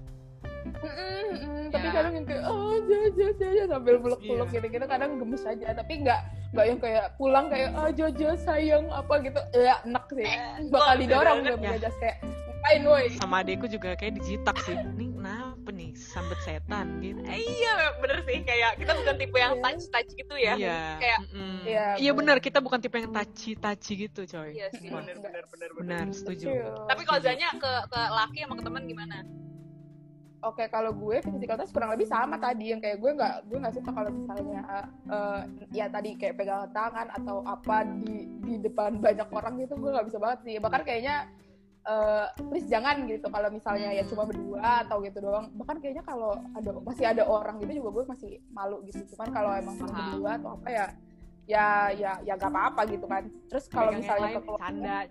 Tapi kadang yang kayak jaja sambil peluk-peluk gitu kadang gemes aja, tapi nggak yang kayak pulang kayak jaja sayang apa gitu, ya enak sih, bakal didorong udah belajar kayak ngapain woi. Sama adekku juga kayak dijitak sih, nih kenapa nih sambet setan gitu. Iya bener sih, kayak kita bukan tipe yang touch gitu ya. Kayak iya benar, kita bukan tipe yang touchy gitu coy. Iya sih, bener setuju. Tapi kalau Zanya ke laki sama ke teman gimana? Oke, kalau gue physical touch kurang lebih sama tadi, yang kayak gue nggak suka kalau misalnya ya tadi kayak pegangan tangan atau apa di depan banyak orang gitu, gue nggak bisa banget sih. Bahkan kayaknya please jangan gitu kalau misalnya ya cuma berdua atau gitu doang. Bahkan kayaknya kalau masih ada orang gitu juga gue masih malu gitu. Cuman kalau emang cuma berdua atau apa ya gak apa-apa gitu kan. Terus kalau misalnya ke canda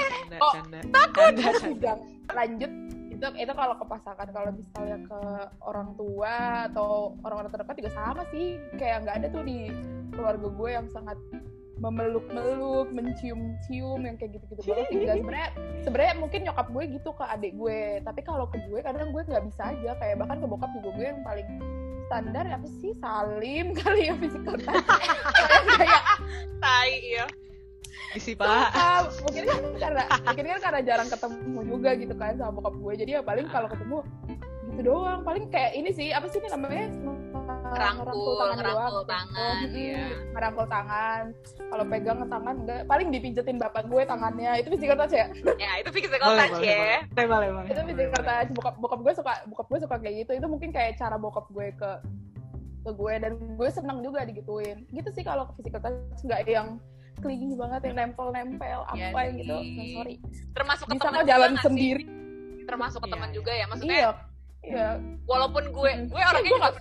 takut lanjut itu kalau ke pasangan. Kalau misalnya ke orang tua atau orang-orang terdekat juga sama sih, kayak nggak ada tuh di keluarga gue yang sangat memeluk-meluk, mencium-cium yang kayak gitu-gitu banget sih. Sebenarnya mungkin nyokap gue gitu ke adik gue, tapi kalau ke gue kadang gue nggak bisa aja, kayak bahkan ke bokap juga gue yang paling standar apa sih, salim kali ya, physical touch kayak tai ya isi pak. Mungkin kan karena jarang ketemu juga gitu kan sama bokap gue, jadi ya paling kalau ketemu gitu doang, paling kayak ini sih apa sih ini namanya, ngerangkul tangan ya. Ngerangkul tangan, kalau pegang tangan enggak, paling dipijetin bapak gue tangannya, itu physical touch ya? Ya itu physical touch ya. Boleh. Itu physical touch. Bokap gue suka kayak gitu. Itu mungkin kayak cara bokap gue ke gue, dan gue seneng juga digituin. Gitu sih kalau ke physical touch, nggak yang clingy banget yang nempel yang gitu. Sorry. Termasuk ke bisa teman jalan sendiri. Termasuk ke teman juga ya, maksudnya. Iya. Walaupun gue orangnya juga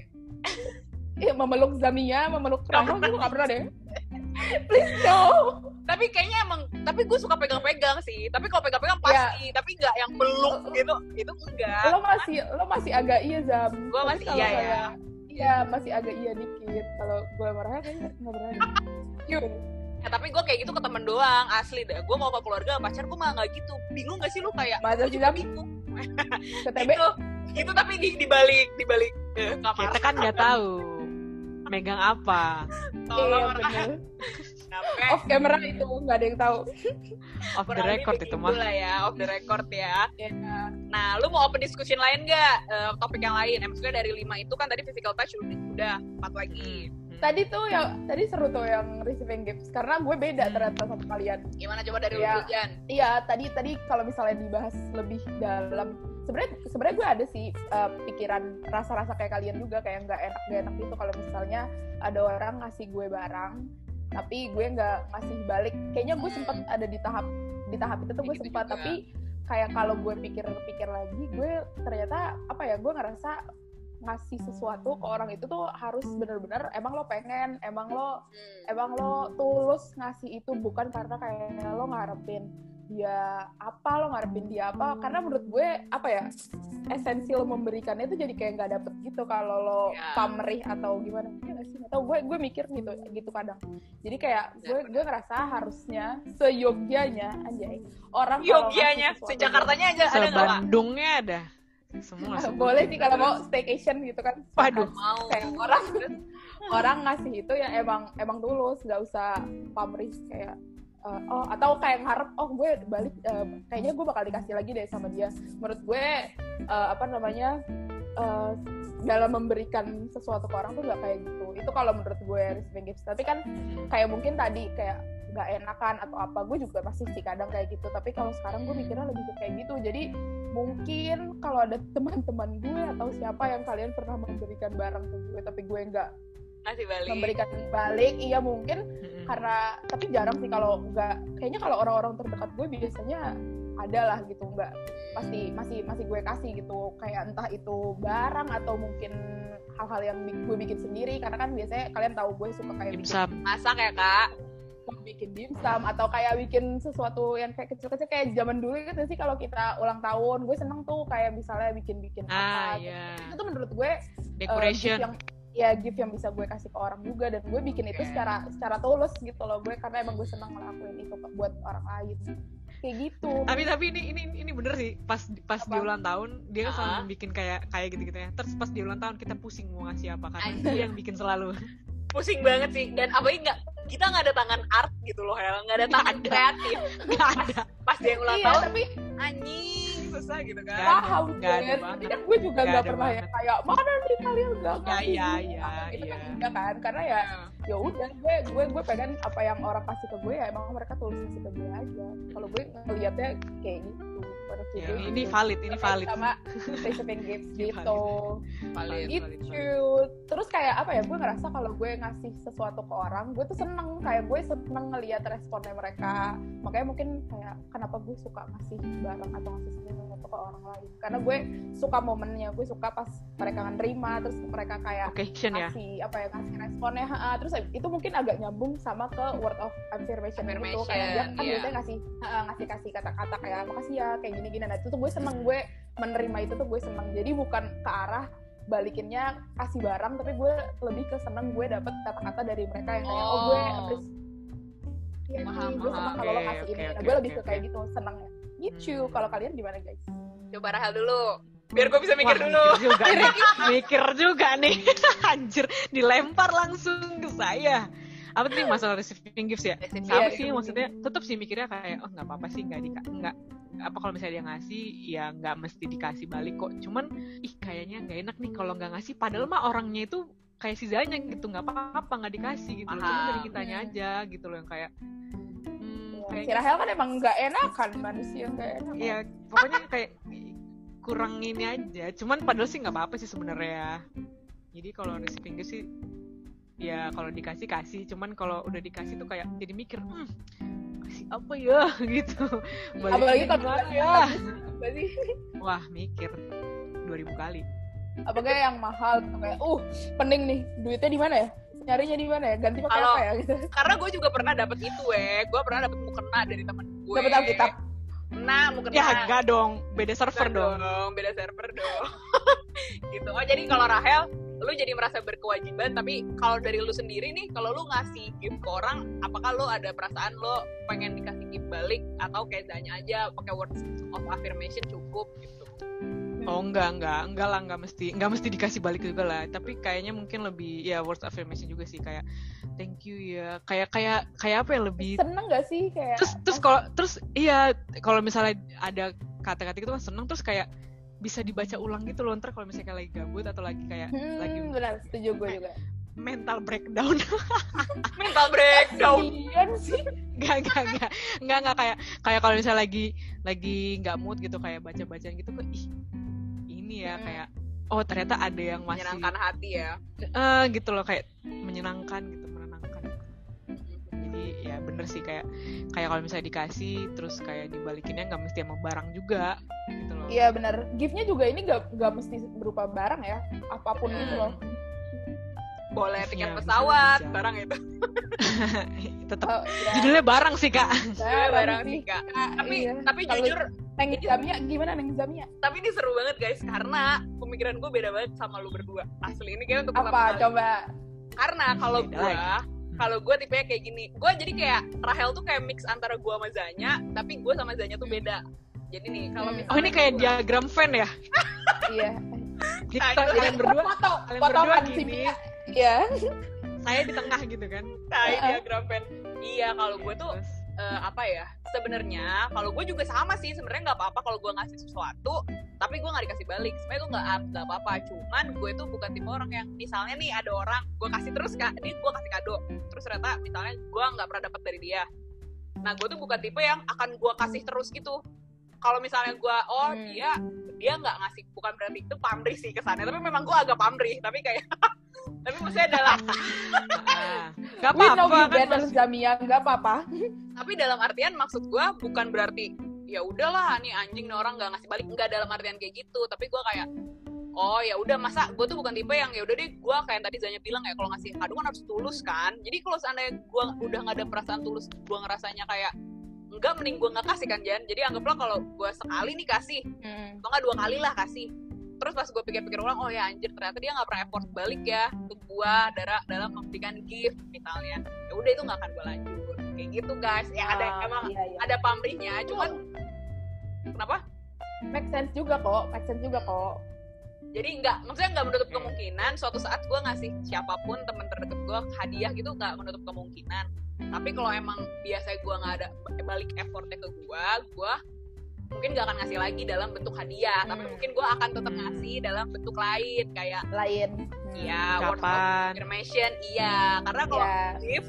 iya, memeluk Zamia, memeluk Rano, gue gak pernah deh. Please no. Tapi kayaknya tapi gue suka pegang-pegang sih. Tapi kalau pegang-pegang pasti, tapi nggak yang peluk gitu. Itu enggak. Lo masih agak iya Zam. Gue masih iya ya. Iya, masih agak iya dikit. Kalau gue marah kayaknya nggak berani. Ya, tapi gue kayak gitu ke temen doang, asli dah. Gue mau ke keluarga, pacar gue mah nggak gitu. Bingung gak sih lu kayak? Masa sih Zam? Bingung. KTB? Gitu tapi di balik kamar. Kita kan nggak tahu megang apa. Iya benar. Off camera itu nggak ada yang tahu. Off the record itu mah. Off the record ya. Nah, lu mau open discussion lain nggak? Topik yang lain? Maksudnya dari 5 itu kan tadi physical touch udah 4 lagi. Tadi seru tuh yang receiving gifts, karena gue beda ternyata sama kalian. Gimana coba dari lu, Jan? Iya, tadi kalau misalnya dibahas lebih dalam, sebenarnya gue ada sih pikiran rasa-rasa kayak kalian juga, kayak nggak enak gitu kalau misalnya ada orang ngasih gue barang tapi gue nggak ngasih balik. Kayaknya gue sempat ada di tahap itu tuh gue sempat, tapi kayak kalau gue pikir-pikir lagi, gue ternyata gue ngerasa ngasih sesuatu ke orang itu tuh harus benar-benar emang lo pengen, emang lo tulus ngasih itu, bukan karena kayak lo ngarepin dia apa, karena menurut gue esensi lo memberikannya itu jadi kayak nggak dapet gitu kalau lo pamrih atau gimana sih, atau gue mikir gitu kadang. Jadi kayak gue ngerasa harusnya seyogyanya orang yogyanya se-Jakartanya aja ada nggak, Pak? Se-Bandungnya ada semua. Boleh sih kalau mau staycation gitu kan. Waduh, mau kayak orang ngasih itu ya emang tulus, nggak usah pamrih kayak atau kayak ngarep gue balik kayaknya gue bakal dikasih lagi deh sama dia. Menurut gue dalam memberikan sesuatu ke orang tuh nggak kayak gitu. Itu kalau menurut gue receiving gifts. Tapi kan kayak mungkin tadi kayak nggak enakan atau apa, gue juga masih sih kadang kayak gitu. Tapi kalau sekarang gue mikirnya lebih ke kayak gitu. Jadi mungkin kalau ada teman-teman gue atau siapa yang kalian pernah memberikan barang ke gue tapi gue nggak memberikan balik, iya mungkin karena, tapi jarang sih kalau nggak, kayaknya kalau orang-orang terdekat gue biasanya ada lah gitu, nggak pasti masih gue kasih gitu, kayak entah itu barang atau mungkin hal-hal yang gue bikin sendiri, karena kan biasanya kalian tahu gue suka kayak dimsum, masak ya Kak, bikin dimsum atau kayak bikin sesuatu yang kayak kecil-kecil kayak zaman dulu gitu sih. Kalau kita ulang tahun gue seneng tuh kayak misalnya bikin apa itu tuh menurut gue decoration gift yang bisa gue kasih ke orang juga, dan gue bikin itu secara tulus gitu loh gue, karena emang gue seneng ngelakuin itu buat orang lain kayak gitu. Tapi ini bener sih, pas di ulang tahun dia kan selalu bikin kayak gitu ya, terus pas di ulang tahun kita pusing mau ngasih apa karena dia yang bikin selalu pusing banget sih. Dan apalagi kita nggak ada tangan art gitu loh, nggak ada tangan kreatif, nggak ada pas dia ulang tahun tapi anjing susah gitu kan. Paham gue, tapi kan gue juga nggak pernah ya kayak mana nih kalian nggak ngasih gitu kan, enggak kan, karena ya udah gue pengen apa yang orang kasih ke gue ya emang mereka tulus kasih ke gue aja. Kalau gue ngeliatnya kayak gitu, pada Ya, ini valid sama receiving gifts gitu. Valid. Terus kayak apa ya, gue ngerasa kalau gue ngasih sesuatu ke orang, gue tuh seneng, kayak gue seneng ngelihat responnya mereka. Makanya mungkin kayak kenapa gue suka ngasih barang atau ngasih sesuatu ke orang lain, karena gue suka momennya, gue suka pas mereka nerima, terus mereka kayak ngasih ngasih responnya. Terus itu mungkin agak nyambung sama ke word of affirmation gitu, kayak dia kan biasanya ngasih kata-kata kayak makasih ya, kayak gini-gini. Nah itu tuh gue seneng, gue menerima itu tuh gue seneng. Jadi bukan ke arah balikinnya kasih barang, tapi gue lebih ke seneng gue dapet kata-kata dari mereka yang kayak gue appreciate, gue seneng kalau lo kasih ini. Nah gue lebih ke kayak gitu, seneng ya gitu. Kalau kalian gimana guys? Coba Rahel dulu biar gue bisa mikir dulu. Mikir juga nih. Anjir, dilempar langsung ke saya. Apa tadi masalah receiving gifts ya? Sama sih, maksudnya tetap sih mikirnya kayak nggak apa-apa sih, nggak apa kalau misalnya dia ngasih ya nggak mesti dikasih balik kok. Cuman kayaknya nggak enak nih kalau nggak ngasih, padahal mah orangnya itu kayak si Zanya gitu, nggak apa-apa nggak dikasih gitu loh. Cuma dari kitanya aja gitu loh yang kayak si Rahel kan emang nggak enakan, manusia nggak enak. Iya, pokoknya kayak kurang ini aja. Cuman padahal sih nggak apa-apa sih sebenarnya. Jadi kalau receiving gift sih ya kalau dikasih kasih, cuman kalau udah dikasih tuh kayak jadi mikir kasih apa ya gitu. Apalagi kalau ya wah mikir 2000 kali. Apakah yang mahal kayak pening nih, duitnya di mana ya, nyarinya di mana ya, ganti pakai apa ya gitu. Karena gue juga pernah dapet itu gue pernah dapet mukena dari temen gue. Dapet Alkitab. Mukena. Ya enggak dong, beda server dong. Beda server dong. Gitu. Jadi kalau Rahel, lu jadi merasa berkewajiban, tapi kalau dari lu sendiri nih, kalau lu ngasih gift ke orang, apakah lu ada perasaan lu pengen dikasih gift balik, atau kayak Zanya aja pakai words of affirmation cukup gitu? Oh enggak lah, enggak mesti dikasih balik juga lah, tapi kayaknya mungkin lebih ya words of affirmation juga sih, kayak thank you ya, kayak apa ya, lebih seneng gak sih kayak terus kalau misalnya ada kata-kata itu kan seneng, terus kayak bisa dibaca ulang gitu loh ntar kalau misalnya lagi gabut atau lagi kayak lagi benar, setuju gue juga. Mental breakdown. Iya sih. Enggak kayak kalau misalnya lagi nggak mood gitu, kayak baca-bacaan gitu kok ini ya kayak ternyata ada yang masih menyenangkan hati ya. Gitu loh, kayak menyenangkan gitu, menenangkan. Jadi ya bener sih, kayak kalau misalnya dikasih terus kayak dibalikinnya nggak mesti sama barang juga gitu loh. Iya benar, giftnya juga ini nggak mesti berupa barang ya, apapun gitu loh. Boleh tiket pesawat, barang itu. Tetap judulnya barang sih kak. Barang sih kak. Tapi jujur, Neng Zamia gimana Neng Zamia? Tapi ini seru banget guys, karena pemikiran gue beda banget sama lu berdua. Asli ini kayak untuk apa? Coba. Karena kalau gue tipenya kayak gini, gue jadi kayak Rahel tuh kayak mix antara gue sama Zanya, tapi gue sama Zanya tuh beda. Jadi nih kalau misalnya ini kayak diagram Venn ya? Iya. Kalian berdua gini. Iya. Saya di tengah gitu kan. Diagram Venn. Iya, kalau gue tuh sebenarnya kalau gue juga sama sih, sebenarnya nggak apa-apa kalau gue ngasih sesuatu tapi gue nggak dikasih balik, sebenarnya itu nggak apa-apa. Cuman gue tuh bukan tipe orang yang misalnya nih ada orang gue kasih terus gue kasih kado, terus ternyata misalnya gue nggak pernah dapat dari dia. Nah gue tuh bukan tipe yang akan gue kasih terus gitu. Kalau misalnya gue dia nggak ngasih, bukan berarti itu pamrih sih kesannya, tapi memang gue agak pamrih, tapi kayak tapi maksudnya adalah nggak apa-apa kan Zamia, nggak apa-apa. Tapi dalam artian maksud gue bukan berarti ya udahlah nih anjing nih orang nggak ngasih balik, nggak dalam artian kayak gitu. Tapi gue kayak ya udah, masa gue tuh bukan tipe yang ya udah deh, gue kayak tadi Zanya bilang ya, kalau ngasih kado kan harus tulus kan. Jadi kalau seandainya gue udah nggak ada perasaan tulus, gue ngerasanya kayak enggak, mending gue nggak kasih kan Jan. Jadi anggaplah kalau gue sekali nih kasih, atau nggak 2 kali lah kasih. Terus pas gue pikir-pikir ulang, oh ya anjir, ternyata dia nggak pernah effort balik ya untuk gue dalam memberikan gift misalnya. Ya udah, itu nggak akan gue lanjut kayak gitu guys. Ya ada ada pamrihnya, cuman kenapa? Make sense juga kok. Jadi maksudnya nggak menutup kemungkinan suatu saat gue ngasih siapapun teman terdekat gue hadiah gitu, nggak menutup kemungkinan. Tapi kalau emang biasanya gue nggak ada balik effortnya ke gue mungkin gak akan ngasih lagi dalam bentuk hadiah, tapi mungkin gue akan tetap ngasih dalam bentuk lain, kayak lain. Iya, word of affirmation, iya. Karena kalau gift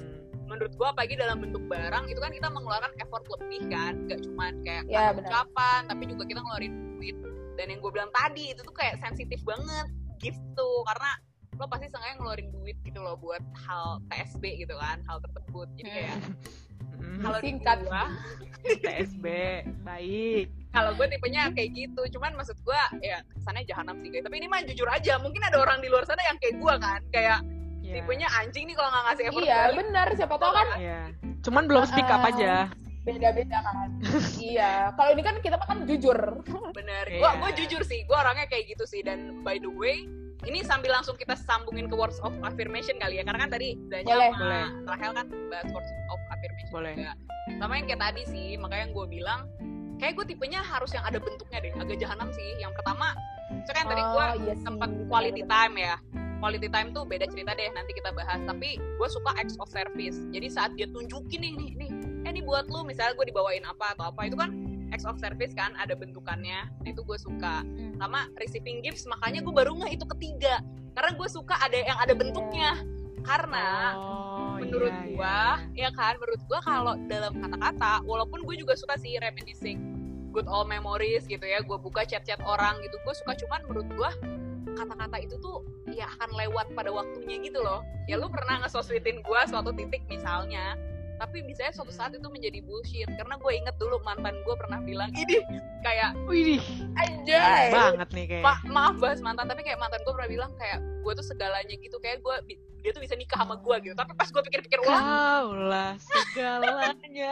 menurut gue apalagi dalam bentuk barang itu kan kita mengeluarkan effort lebih kan, nggak cuma kayak ucapan tapi juga kita ngeluarin duit. Dan yang gue bilang tadi itu tuh kayak sensitif banget gift tuh, karena lo pasti sengaja ngeluarin duit gitu loh buat hal TSB gitu kan, hal tersebut. Jadi kayak kalau singkat gue TSB baik. Kalau gue tipenya kayak gitu, cuman maksud gue ya kesannya jahanam sih guys. Tapi ini mah jujur aja, mungkin ada orang di luar sana yang kayak gue kan, kayak tipenya anjing nih kalau nggak ngasih effort. Iya benar, siapa tahu kan. Iya. Cuman belum speak up aja. Beda-beda kan. Iya. Kalau ini kan kita kan jujur. Bener. Gue jujur sih, gue orangnya kayak gitu sih. Dan by the way, ini sambil langsung kita sambungin ke words of affirmation kali ya, karena kan tadi Danya sama Rahel kan bahas words of affirmation juga. Sama yang kayak tadi sih, makanya gue bilang kayak gue tipenya harus yang ada bentuknya deh, agak jahanam sih. Yang pertama, kan tadi gue sempat quality time ya. Quality time tuh beda cerita deh, nanti kita bahas. Tapi gue suka acts of service. Jadi saat dia tunjukin nih, ini buat lu, misalnya gue dibawain apa atau apa, itu kan acts of service kan, ada bentukannya. Nah itu gue suka. Sama receiving gifts, makanya gue baru nggak itu ketiga. Karena gue suka ada yang ada bentuknya. Karena menurut gue, ya kan, menurut gue kalau dalam kata-kata, walaupun gue juga suka sih reminiscing good old memories gitu ya, gue buka chat-chat orang gitu, gue suka, cuman menurut gue kata-kata itu tuh ya akan lewat pada waktunya gitu loh. Ya lu pernah nge-so-sweetin gue suatu titik misalnya, tapi misalnya suatu saat itu menjadi bullshit. Karena gue inget dulu mantan gue pernah bilang, ini kayak, widih, anjay banget nih kayak. Maaf bahas mantan, tapi kayak mantan gue pernah bilang kayak gue tuh segalanya gitu, kayak dia tuh bisa nikah sama gue gitu. Tapi pas gue pikir-pikir ulang, kaulah segalanya.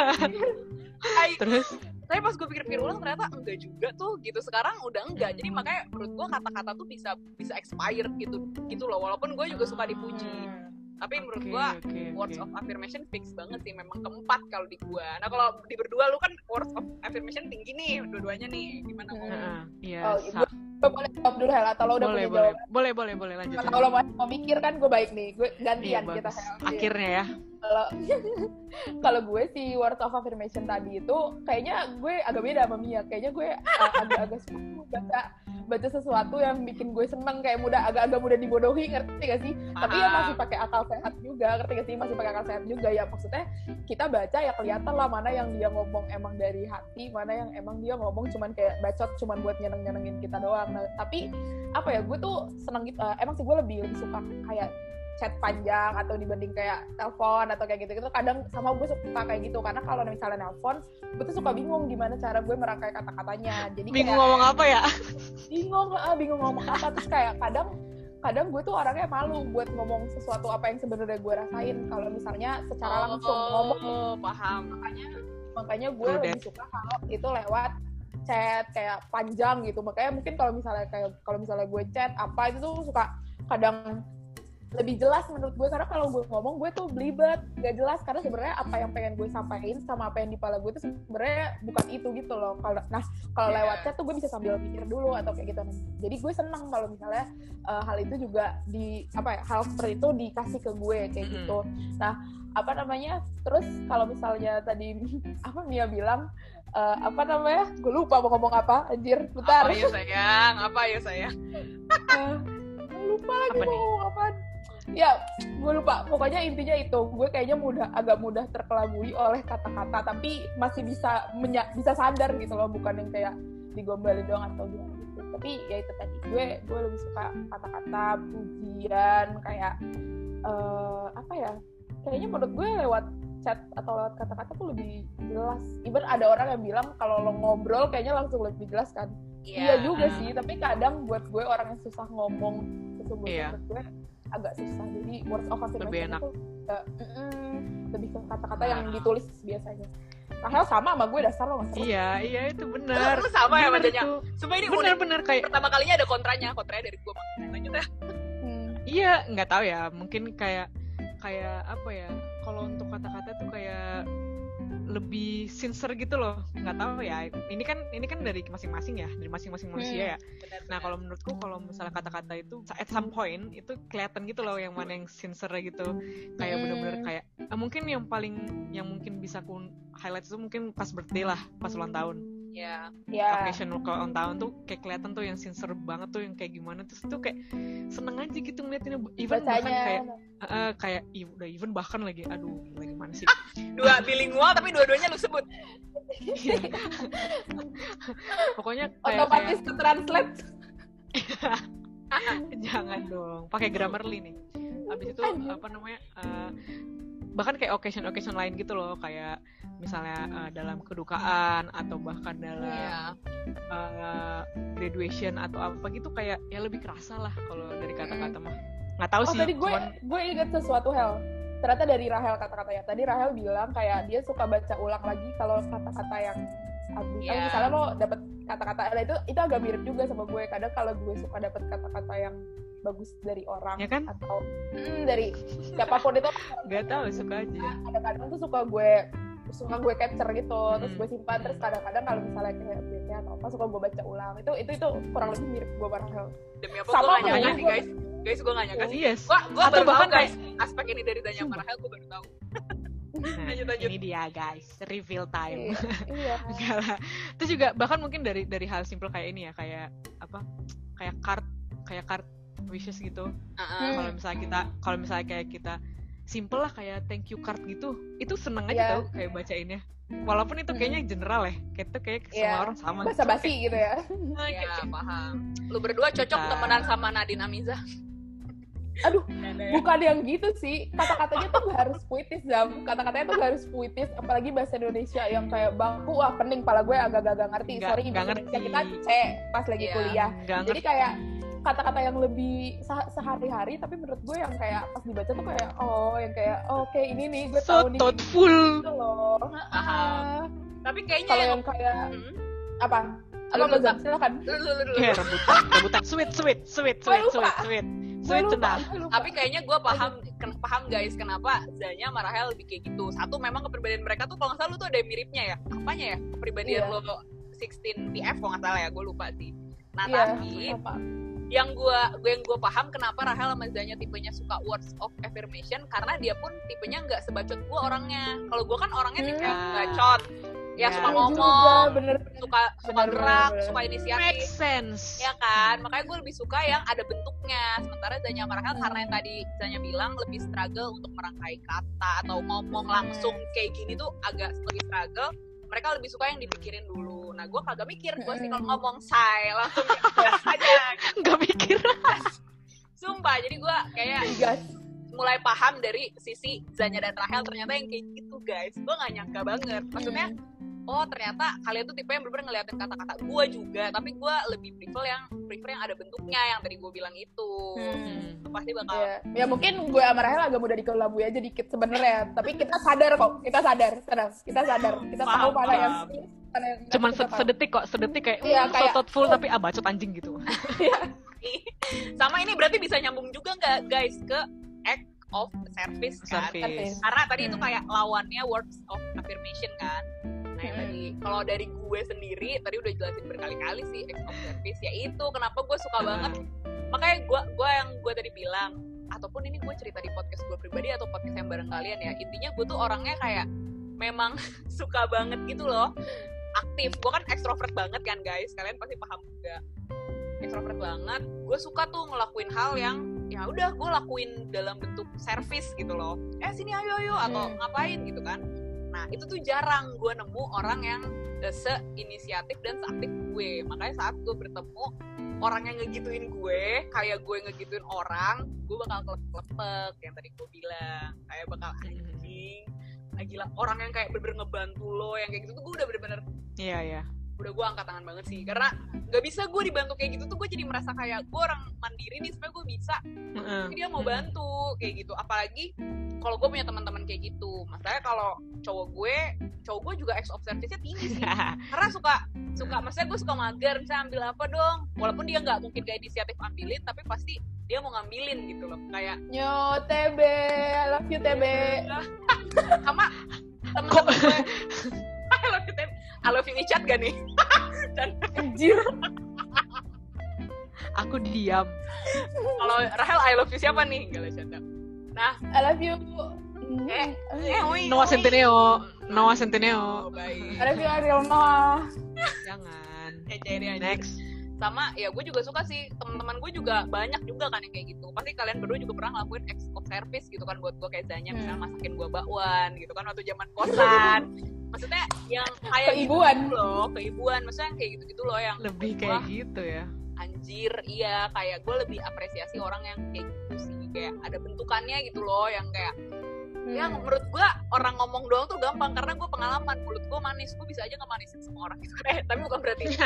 Terus tapi pas gue pikir-pikir ulang ternyata enggak juga tuh gitu. Sekarang udah enggak. Jadi makanya menurut gue kata-kata tuh bisa expired gitu loh. Walaupun gue juga suka dipuji. Tapi menurut gue words of affirmation fix banget sih, memang keempat kalau di gue. Nah kalau di berdua lu kan words of affirmation tinggi nih dua-duanya nih, gimana mau? Iya. Boleh jawab dulu Hel, atau lo udah punya jawaban? Boleh lanjut. Kalau lo masih mau mikir kan gue baik nih, gue gantian kita Hel. Akhirnya ya. Kalau gue sih words of affirmation tadi itu kayaknya gue agak beda sama Mia. Kayaknya gue agak suka baca sesuatu yang bikin gue seneng, kayak agak mudah dibodohi, ngerti gak sih? Tapi ya masih pakai akal sehat juga, ngerti gak sih? Masih pakai akal sehat juga ya, maksudnya kita baca ya kelihatan lah mana yang dia ngomong emang dari hati, mana yang emang dia ngomong cuman kayak bacot cuman buat nyenengin kita doang. Nah, tapi apa ya, gue tuh seneng gitu. Emang sih gue lebih suka kayak chat panjang atau dibanding kayak telepon atau kayak gitu kadang sama gue suka kayak gitu, karena kalau misalnya nelpon gue tuh suka bingung gimana cara gue merangkai kata-katanya, jadi bingung ngomong apa ya, bingung ngomong apa, terus kayak kadang gue tuh orangnya malu buat ngomong sesuatu apa yang sebenarnya gue rasain kalau misalnya secara langsung ngomong. Paham. Makanya gue lebih suka kalau itu lewat chat kayak panjang gitu. Makanya mungkin kalau misalnya gue chat apa itu tuh suka kadang lebih jelas menurut gue, karena kalau gue ngomong gue tuh belibet, gak jelas, karena sebenarnya apa yang pengen gue sampaikan sama apa yang di kepala gue tuh sebenarnya bukan itu gitu loh. Kalau lewat chat tuh gue bisa sambil mikir dulu atau kayak gitu. Jadi gue seneng kalau misalnya hal itu juga hal seperti itu dikasih ke gue kayak gitu. Nah, terus kalau misalnya tadi Mia bilang gue lupa mau ngomong apa, anjir, bentar. Apa ya sayang? Lupa lagi mau ngomong apa. Ya, gue lupa. Pokoknya intinya itu, gue kayaknya agak mudah terkelabui oleh kata-kata, tapi masih bisa sadar gitu loh, bukan yang kayak digombalin doang atau gimana gitu. Tapi ya itu tadi, gue lebih suka kata-kata, pujian, kayak kayaknya menurut gue lewat chat atau lewat kata-kata tuh lebih jelas. Even ada orang yang bilang kalau lo ngobrol kayaknya langsung lebih jelas kan. Iya juga sih, tapi kadang buat gue orang yang susah ngomong sesungguhnya, menurut gue agak susah. Jadi words of affirmation itu lebih ke kata-kata yang ditulis biasanya. Rahel sama gue, dasar lo nggak salah. Iya itu benar. Lu sama ya bacanya. Sumpah ini benar kayak pertama kalinya ada kontranya dari gue maksudnya. Lanjut ya. Iya, nggak tahu ya, mungkin kayak apa ya, kalau untuk kata-kata tuh kayak lebih sincere gitu loh, nggak tahu ya, ini kan dari masing-masing ya, dari masing-masing manusia ya. Nah kalau menurutku, kalau misalnya kata-kata itu at some point itu kelihatan gitu loh yang mana yang sincere gitu, kayak bener-bener kayak mungkin yang mungkin bisa aku highlight itu mungkin pas birthday lah, pas ulang tahun. occasion ulang tahun tuh kayak kelihatan tuh yang sincere banget tuh, yang kayak gimana, terus tuh kayak seneng aja gitu ngeliatinnya, even bahkan kayak udah even bahkan lagi aduh gimana sih dua bilingual tapi dua-duanya lu sebut. Pokoknya otomatis ke translate. Jangan dong, pakai Grammarly nih. Abis itu bahkan kayak occasion lain gitu loh, kayak misalnya dalam kedukaan atau bahkan dalam graduation atau apa gitu, kayak ya lebih kerasa lah kalau dari kata-kata mah. Nggak tahu sih. Tadi gue inget sesuatu hal. Ternyata dari Rahel kata-katanya. Tadi Rahel bilang kayak dia suka baca ulang lagi kalau kata-kata yang habis. Misalnya lo dapet kata-kata itu agak mirip juga sama gue. Kadang kalau gue suka dapet kata-kata yang bagus dari orang ya kan? Atau dari siapapun itu nggak tahu, suka aja. Kadang-kadang tuh suka gue capture gitu, terus gue simpan, terus kadang-kadang kalau misalnya kayak update-nya atau apa suka gue baca ulang. Itu kurang lebih mirip gue Rahel. Demi apa gue nggak nyangka sih guys gue nggak nyangka sih. Yes. Gue baru tahu guys aspek ini dari Danya sama Rahel, gue baru tahu. Nah, lanjut. Ini dia guys, reveal time. Iya. Enggak lah. Terus juga bahkan mungkin dari hal simple kayak ini ya, kayak apa? Kayak card wishes gitu. Kalau misalnya kayak kita simple lah kayak thank you card gitu, itu seneng aja tau kayak bacainnya. Walaupun itu kayaknya general ya, kayak semua orang sama. Basa-basi gitu ya. Iya, paham. Lu berdua cocok temenan sama Nadine Amiza. Aduh, bukan yang gitu sih. Kata-katanya tuh gak harus puitis, Zam. Kata-katanya tuh gak harus puitis, apalagi bahasa Indonesia yang kayak baku, pening, pala gue agak-agak ngerti. Sorry, bahasa Indonesia kita C pas lagi kuliah. Jadi kayak kata-kata yang lebih sehari-hari, tapi menurut gue yang kayak pas dibaca tuh kayak yang kayak oke, ini nih gue tahu nih. So thoughtful. Gitu loh. Tapi kayaknya kalau yang kayak apa? Zam? Silakan. Lu. Ya, rebutan. Sweet. Tenang. Tapi kayaknya gue paham guys kenapa Zanya sama Rahel lebih kayak gitu. Satu, memang kepribadian mereka tuh kalau nggak salah lu tuh ada miripnya ya. Apanya ya? Kepribadian lo 16 PF kalau nggak salah ya, gue lupa sih. Nah tapi yang gue paham kenapa Rahel sama Zanya tipenya suka words of affirmation, karena dia pun tipenya nggak sebacot gue orangnya. Kalau gue kan orangnya tipe bacot. Ya suka ngomong, suka gerak, suka inisiatif. Make sense. Ya kan, makanya gue lebih suka yang ada bentuknya. Sementara Zanya sama Rahel karena yang tadi Zanya bilang lebih struggle untuk merangkai kata atau ngomong langsung kayak gini tuh agak lebih struggle. Mereka lebih suka yang dipikirin dulu. Nah, gue kagak mikir, gue sih kalau ngomong say langsung aja. Gak mikir. Sumpah, jadi gue kayak mulai paham dari sisi Zanya dan Rahel ternyata yang kayak gitu guys. Gue gak nyangka banget. Maksudnya ternyata kalian tuh tipe yang bener-bener ngeliatin kata-kata gue juga, tapi gue lebih prefer yang ada bentuknya, yang tadi gue bilang itu. Pasti bakal ya mungkin gue sama Rahel agak mudah dikelabui aja dikit sebenarnya, tapi kita sadar kita sadar kita tahu mana yang cuman sedetik kayak so thoughtful tapi bacot anjing gitu. Sama ini berarti bisa nyambung juga nggak guys ke act of service kan? Karena tadi itu kayak lawannya words of affirmation kan. Nah, tadi kalau dari gue sendiri tadi udah jelasin berkali-kali sih act of service, yaitu kenapa gue suka banget. Makanya gue tadi bilang, ataupun ini gue cerita di podcast gue pribadi atau podcast yang bareng kalian ya, intinya gue tuh orangnya kayak memang suka banget gitu loh, aktif. Gue kan ekstrovert banget kan guys, kalian pasti paham juga. Ekstrovert banget, gue suka tuh ngelakuin hal yang ya udah gue lakuin dalam bentuk service gitu loh. Sini ayo atau ngapain gitu kan. Nah itu tuh jarang gue nemu orang yang se-inisiatif dan seaktif gue. Makanya saat gue bertemu orang yang ngegituin gue, kayak gue ngegituin orang, gue bakal kelepek yang tadi gue bilang, kayak bakal anjing, gila, orang yang kayak bener-bener ngebantu lo, yang kayak gitu tuh gue udah bener-bener udah gue angkat tangan banget sih, karena nggak bisa gue dibantu kayak gitu tuh, gue jadi merasa kayak gue orang mandiri nih, sebenarnya gue bisa, tapi dia mau bantu kayak gitu. Apalagi kalau gue punya teman-teman kayak gitu. Masalahnya kalau cowok gue juga acts of service-nya tinggi sih, karena suka maksudnya gue suka mager, misalnya ambil apa dong, walaupun dia nggak mungkin kayak inisiatif ambilin, tapi pasti dia mau ngambilin gitu loh, kayak nyo TB, I love you TB. Sama temen-temen gue I love you Icat gak nih? Anjir. Aku diam. Kalau Rahel I love you siapa nih? Gak lah canda. Nah, I love you Noah Centineo. Baik. I love you Ariel Noah. jangan. Ya cairin aja. Next. Sama ya gue juga suka sih, teman-teman gue juga banyak juga kan yang kayak gitu. Pasti kalian berdua juga pernah ngelakuin acts of service gitu kan buat gue, kayak Zanya misalnya masakin gue bakwan gitu kan waktu zaman kosan. Maksudnya yang kayak keibuan gitu loh, keibuan, maksudnya yang kayak gitu loh, yang lebih kayak gitu ya. Anjir, iya, kayak gue lebih apresiasi orang yang kayak gitu sih, kayak ada bentukannya gitu loh, yang kayak ya menurut gue orang ngomong doang tuh gampang karena gue pengalaman, mulut gue manis, gue bisa aja ngemanisin semua orang gitu. Tapi bukan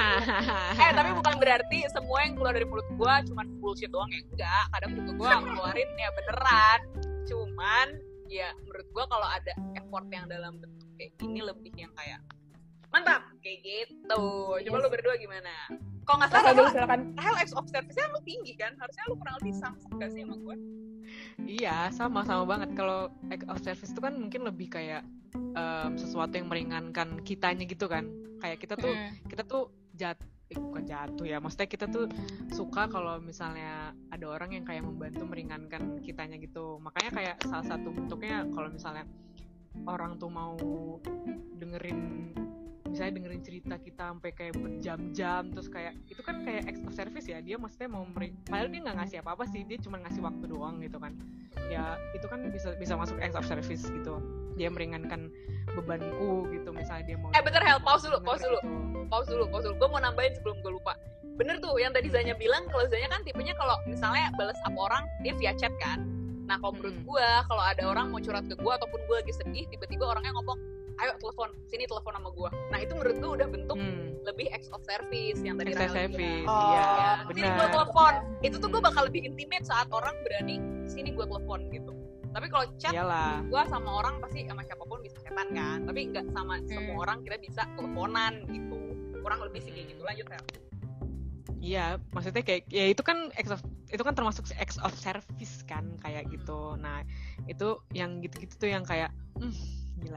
berarti semua yang keluar dari mulut gue cuman bullshit doang, ya enggak, kadang juga gue ngeluarin ya beneran, cuman ya menurut gue kalau ada effort yang dalam bentuk kayak gini lebih yang kayak mantap kayak gitu. Coba lu berdua gimana? Kalau nggak salah hal acts of service-nya lu tinggi kan, harusnya lu kurang lebih sama gak sih sama gue? Iya, sama banget. Kalau act of service itu kan mungkin lebih kayak sesuatu yang meringankan kitanya gitu kan. Kayak kita tuh bukan jatuh ya. Maksudnya kita tuh suka kalau misalnya ada orang yang kayak membantu meringankan kitanya gitu. Makanya kayak salah satu bentuknya kalau misalnya orang tuh mau dengerin cerita kita sampai kayak berjam-jam, terus kayak itu kan kayak act of service ya, dia maksudnya mau padahal dia nggak ngasih apa-apa sih, dia cuma ngasih waktu doang gitu kan, ya itu kan bisa masuk act of service gitu, dia meringankan bebanku gitu, misalnya dia mau bentar Hel, pause dulu, gue mau nambahin sebelum gue lupa. Bener tuh yang tadi Zanya bilang, kalau Zanya kan tipenya kalau misalnya balas up orang dia via chat kan. Nah kalau menurut gue, kalau ada orang mau curhat ke gue ataupun gue lagi sedih, tiba-tiba orangnya ngomong, ayo telepon sama gue. Nah itu menurut gue udah bentuk lebih acts of service yang tadi Rahel bilang. Iya, sini gue telepon. Itu tuh gue bakal lebih intimate saat orang berani sini gue telepon gitu. Tapi kalau chat, gue sama orang pasti sama siapapun bisa chatan kan. Tapi nggak sama semua orang kita bisa teleponan gitu. Kurang lebih sih kayak gitu. Lanjut ya. Iya, maksudnya kayak ya itu kan termasuk acts of service kan kayak gitu. Nah itu yang gitu-gitu tuh yang kayak gila.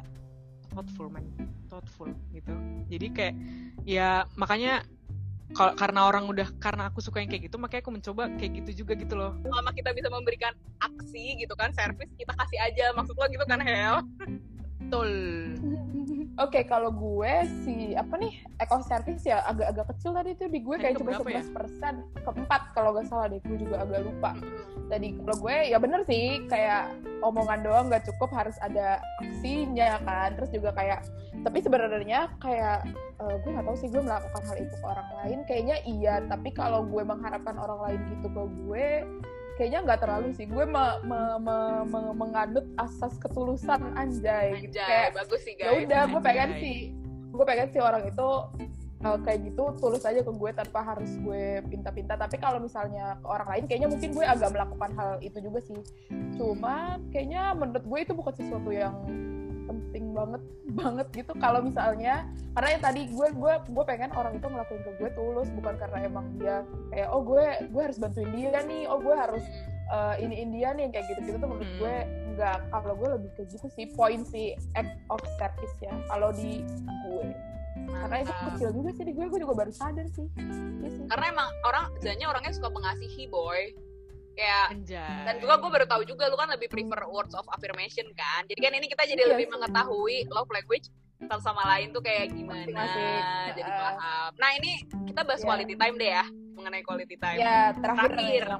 Thoughtful gitu. Jadi kayak ya makanya karena aku suka yang kayak gitu, makanya aku mencoba kayak gitu juga gitu loh. Selama kita bisa memberikan aksi gitu kan, service, kita kasih aja, maksud lo gitu kan Hel? Betul. Oke, kalau gue act of service ya agak kecil tadi tuh di gue kayak cuma 11%, keempat kalau gak salah deh, gue juga agak lupa. Tadi kalau gue ya bener sih, kayak omongan doang gak cukup, harus ada aksinya kan. Terus juga kayak, tapi sebenarnya kayak gue gak tahu sih gue melakukan hal itu ke orang lain, kayaknya iya. Tapi kalau gue mengharapkan orang lain gitu ke gue, kayaknya nggak terlalu sih. Gue menganut asas ketulusan, anjay. Kayak, bagus sih ya guys. udah, gue pengen sih orang itu kayak gitu tulus aja ke gue tanpa harus gue pinta-pinta. Tapi kalau misalnya ke orang lain, kayaknya mungkin gue agak melakukan hal itu juga sih. Cuma kayaknya menurut gue itu bukan sesuatu yang penting banget gitu. Kalau misalnya, karena yang tadi gue pengen orang itu ngelakuin ke gue tulus, bukan karena emang dia kayak gue harus bantuin dia nih, gue harus iniin dia nih, kayak gitu tuh menurut gue enggak. Kalau gue lebih ke gitu sih, poin si act of service ya kalau di gue. Karena itu kecil juga sih di gue juga baru sadar sih. Ya sih. Karena emang orangnya suka mengasihi, boy. Kayak Anjay. Dan juga gue baru tahu juga lu kan lebih prefer words of affirmation kan. Jadi kan ini kita jadi lebih mengetahui love language satu sama lain tuh kayak gimana. Jadi paham. Nah, ini kita bahas quality time deh ya, mengenai quality time. Ya, terakhir.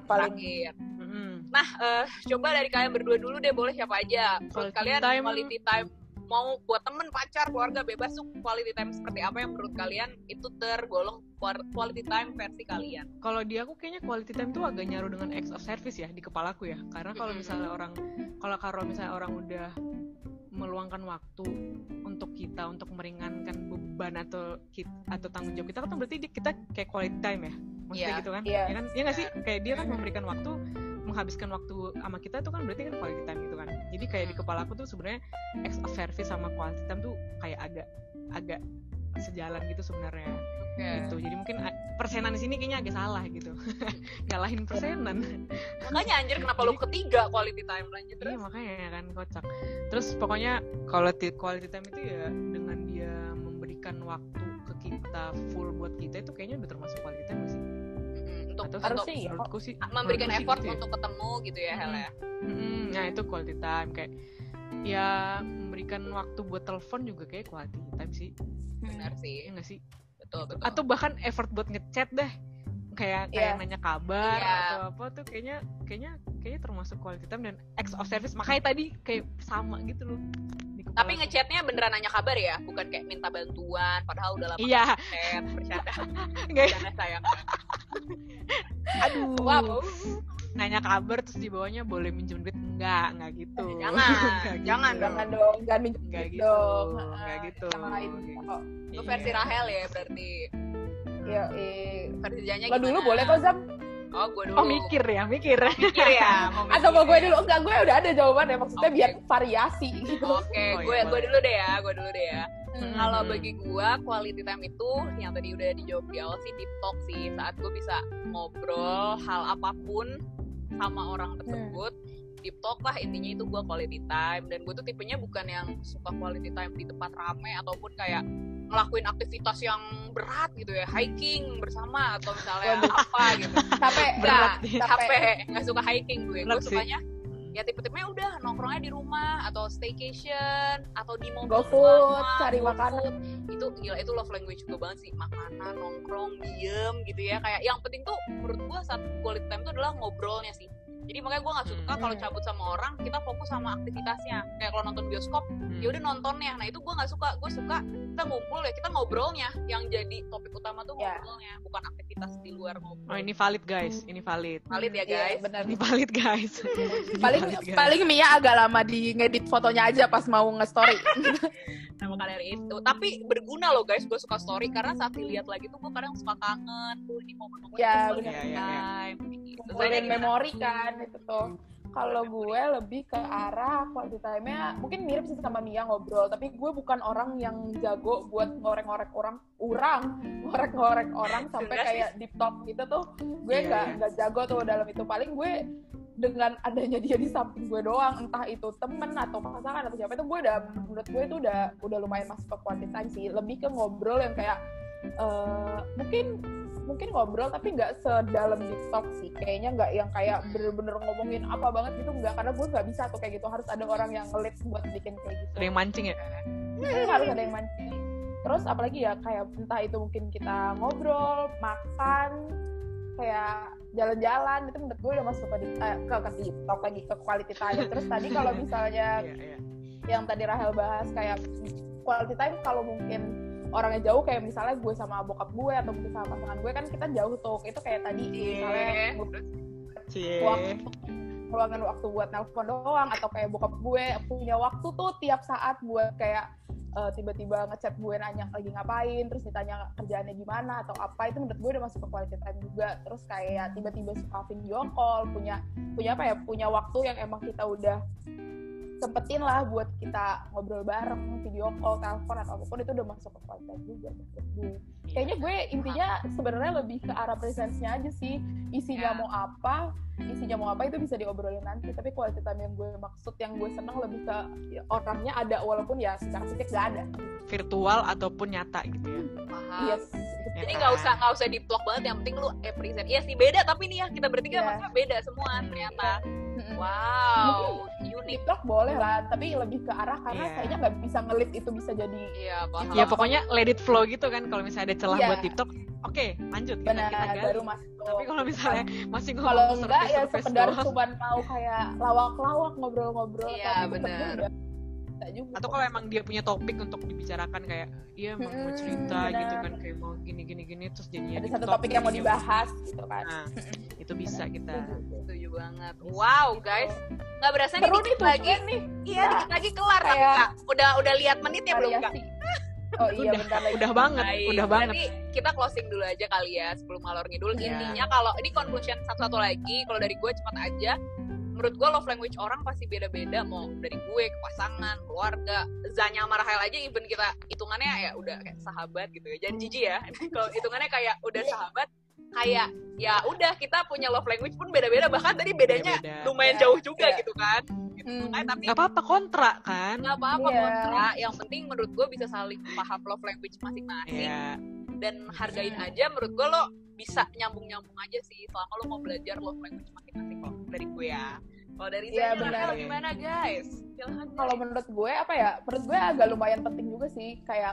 Nah, coba dari kalian berdua dulu deh, boleh siapa aja. Menurut kalian quality time mau buat temen, pacar, keluarga, bebas tuh quality time seperti apa yang menurut kalian itu tergolong quality time versi kalian? Kalau di aku kayaknya quality time tuh agak nyaru dengan acts of service ya di kepalaku ya. Karena kalau misalnya orang udah meluangkan waktu untuk kita untuk meringankan beban atau tanggung jawab kita, kan berarti kita kayak quality time ya. Maksudnya gitu kan? Ya kan? Iya nggak sih? Kayak dia kan memberikan waktu, menghabiskan waktu sama kita itu kan berarti kan quality time gitu kan. Jadi kayak di kepala aku tuh sebenarnya acts of service sama quality time tuh kayak agak sejalan gitu sebenarnya. Gitu. Jadi mungkin persenan di sini kayaknya agak salah gitu. Nyalahin persenan. Makanya anjir kenapa lu ketiga quality time, lanjut terus. Iya makanya kan kocak. Terus pokoknya quality time itu ya dengan dia memberikan waktu ke kita full buat kita, itu kayaknya udah termasuk quality time sih. Menurutku sih memberikan effort gitu untuk ketemu gitu ya Hel ya. Nah itu quality time, kayak ya memberikan waktu buat telepon juga kayak quality time sih. Benar sih. Iya nggak sih? betul. Atau bahkan effort buat ngechat deh, kayak nanya kabar atau apa tuh kayaknya termasuk quality time dan acts of service. Makanya tadi kayak sama gitu loh. Tapi ngechatnya beneran nanya kabar ya, bukan kayak minta bantuan padahal udah lama chat, bercanda. Bercanda sayang. Aduh. Wow. Nanya kabar terus di bawahnya boleh minjem duit enggak gitu. Jangan dong, jangan minjem duit dong. Enggak gitu. Lu versi Rahel ya berarti. Iya, versi Janya gimana? Lo dulu boleh kok, Zam. Oh, gue dulu. Oh, mikir ya. Atau mau gue dulu? Enggak, gue udah ada jawabannya. Maksudnya biar variasi gitu. Oke, gue dulu deh ya. Kalau bagi gue, quality time itu yang tadi udah dijawab di awal sih, deep talk sih. Saat gue bisa ngobrol hal apapun sama orang tersebut. Deep talk lah, intinya itu gue quality time. Dan gue tuh tipenya bukan yang suka quality time di tempat rame ataupun kayak ngelakuin aktivitas yang berat gitu ya, hiking bersama atau misalnya apa gitu. Capek. Nggak suka hiking gue sukanya ya tipe-tipenya udah nongkrongnya di rumah atau staycation atau di mobil cari makanan. Itu gila, itu love language gue banget sih, makanan, nongkrong, diem gitu ya. Kayak yang penting tuh menurut gue saat quality time itu adalah ngobrolnya sih. Jadi makanya gue nggak suka kalau cabut sama orang, kita fokus sama aktivitasnya. Kayak kalau nonton bioskop, ya udah nontonnya. Nah itu gue nggak suka. Gue suka kita ngumpul ya, kita ngobrolnya. Yang jadi topik utama tuh ngobrolnya, bukan aktivitas di luar ngobrol. Oh, ini valid guys, Valid ya guys. Benar. Ini valid guys. paling Mia agak lama di ngedit fotonya aja pas mau nge-story. Nah makanya itu. Tapi berguna loh guys, gue suka story karena saat dilihat lagi tuh gue kadang suka kangen. Tuh ini momen-momen time. Gitu. Memori kan itu tuh. Kalau gue lebih ke arah quality time-nya mungkin mirip sih sama Mia ngobrol, tapi gue bukan orang yang jago buat ngorek-ngorek orang sampai kayak deep talk gitu tuh. Gue nggak jago tuh dalam itu. Paling gue dengan adanya dia di samping gue doang, entah itu temen atau pasangan atau siapa, itu gue udah, menurut gue itu udah lumayan masuk ke quality time sih. Lebih ke ngobrol yang kayak mungkin ngobrol tapi nggak sedalam deep talk sih, kayaknya nggak yang kayak bener-bener ngomongin apa banget gitu, nggak, karena gue nggak bisa tuh kayak gitu, harus ada orang yang nge-lead buat bikin kayak gitu. Ada yang mancing ya? Harus ada yang mancing. Terus apalagi ya kayak entah itu mungkin kita ngobrol, makan, kayak jalan-jalan, itu menurut gue udah masuk ke deep talk lagi, ke quality time. Terus tadi kalau misalnya yang tadi Rahel bahas kayak quality time kalau mungkin orangnya jauh, kayak misalnya gue sama bokap gue atau mungkin sama pasangan gue, kan kita jauh tuh, itu kayak tadi misalnya meluangkan waktu buat nelpon doang, atau kayak bokap gue punya waktu tuh tiap saat buat kayak tiba-tiba ngechat gue nanya lagi ngapain, terus ditanya kerjaannya gimana atau apa, itu menurut gue udah masuk ke quality time juga. Terus kayak tiba-tiba suka video call, punya waktu yang emang kita udah sempetin lah buat kita ngobrol bareng, video call, telepon atau apapun, itu udah masuk ke quality time juga menurut gue. Kayaknya gue intinya sebenarnya lebih ke arah presence-nya aja sih. Isinya mau apa itu bisa diobrolin nanti. Tapi quality time yang gue maksud, yang gue seneng lebih ke orangnya ada, walaupun ya secara fisik gak ada. Virtual ataupun nyata gitu ya. Yes. Jadi nggak usah di-vlog banget, yang penting lu present. Iya sih beda, tapi nih ya kita bertiga maksudnya beda semua ternyata. Wow, unik. TikTok boleh lah, tapi lebih ke arah karena kayaknya nggak bisa ngelit itu bisa jadi. Iya, paham. Ya pokoknya let it flow gitu kan. Kalau misalnya ada celah buat TikTok, oke, lanjut kita gali. Baru masuk. Tapi kalau misalnya masih ngomong kalau enggak ya sekedar cuma mau kayak lawak-lawak ngobrol-ngobrol. Iya, benar. Atau kalau emang dia punya topik untuk dibicarakan, kayak mau cerita gitu kan, kayak mau gini terus jadinya ada satu topik yang mau dibahas gitu kan. Nah, itu bisa kita. Setuju banget. Wow guys, nggak berasa nih dikit lagi nih. Iya, dikit lagi kelar tapi Kak. Udah lihat menitnya belum Kak? Oh iya, bentar lagi. Udah banget. Berarti kita closing dulu aja kali ya sebelum ngalor ngidul. Intinya kalau ini conclusion satu-satu lagi, kalau dari gue cepat aja. Menurut gue love language orang pasti beda-beda, mau dari gue ke pasangan, keluarga, Zanya sama Rahel aja even kita hitungannya ya udah kayak sahabat gitu ya. Jangan jijik ya. Kalau hitungannya kayak udah sahabat, kayak ya udah kita punya love language pun beda-beda, bahkan tadi bedanya lumayan jauh juga gitu kan. Tapi nggak apa-apa kontra kan? Nggak apa-apa kontra. Yang penting menurut gue bisa saling paham love language masing-masing dan hargain aja. Menurut gue lo bisa nyambung-nyambung aja sih selama lo mau belajar love language masing-masing. Kalau dari gue ya. Kalau dari saya gimana guys? Kalau menurut gue menurut gue agak lumayan penting juga sih, kayak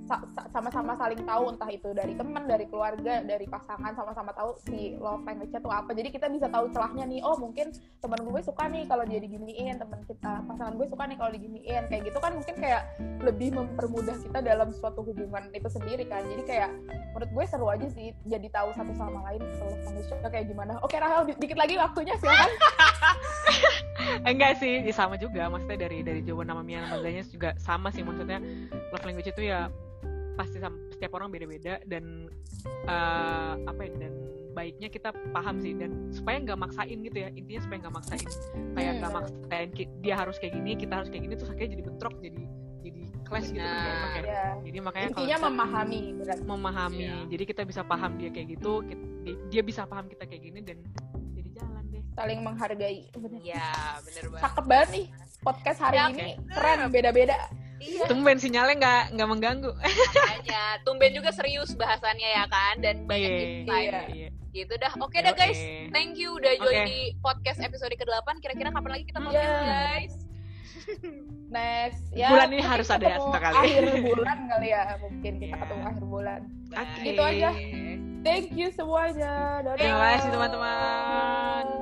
sama-sama saling tahu, entah itu dari teman, dari keluarga, dari pasangan, sama-sama tahu si love language-nya tuh apa. Jadi kita bisa tahu celahnya nih, oh mungkin teman gue suka nih kalau dia diginiin, pasangan gue suka nih kalau diginiin, kayak gitu kan mungkin kayak lebih mempermudah kita dalam suatu hubungan itu sendiri kan. Jadi kayak menurut gue seru aja sih jadi tahu satu sama lain love language-nya kayak gimana. Oke Rahel, dikit lagi waktunya silakan. Enggak sih, sama juga. Maksudnya dari jawaban nama Mia sama Zanya juga sama sih. Maksudnya love language itu ya pasti setiap orang beda-beda dan dan baiknya kita paham sih, dan supaya nggak maksain gitu ya, intinya supaya nggak maksain, kayak nggak maksain dia harus kayak gini, kita harus kayak gini, terus akhirnya jadi bentrok, jadi clash gitu kan, gak enak ya. Jadi makanya intinya memahami jadi kita bisa paham dia kayak gitu, dia bisa paham kita kayak gini, dan jadi jalan deh, saling menghargai. Iya bener banget, cakep banget nih podcast hari ini, keren, beda-beda. Iya. Tumben sinyalnya nggak mengganggu. Makanya tumben juga serius bahasannya ya kan, dan banyak insight. Gitu dah. Oke dah guys, thank you udah join di podcast episode ke-8. Kira-kira kapan lagi kita podcast guys? Next ya. Bulan ini harus ada ya sekali. Akhir bulan kali ya, mungkin kita ketemu akhir bulan. Gitu aja. Thank you semuanya. Terima kasih teman-teman.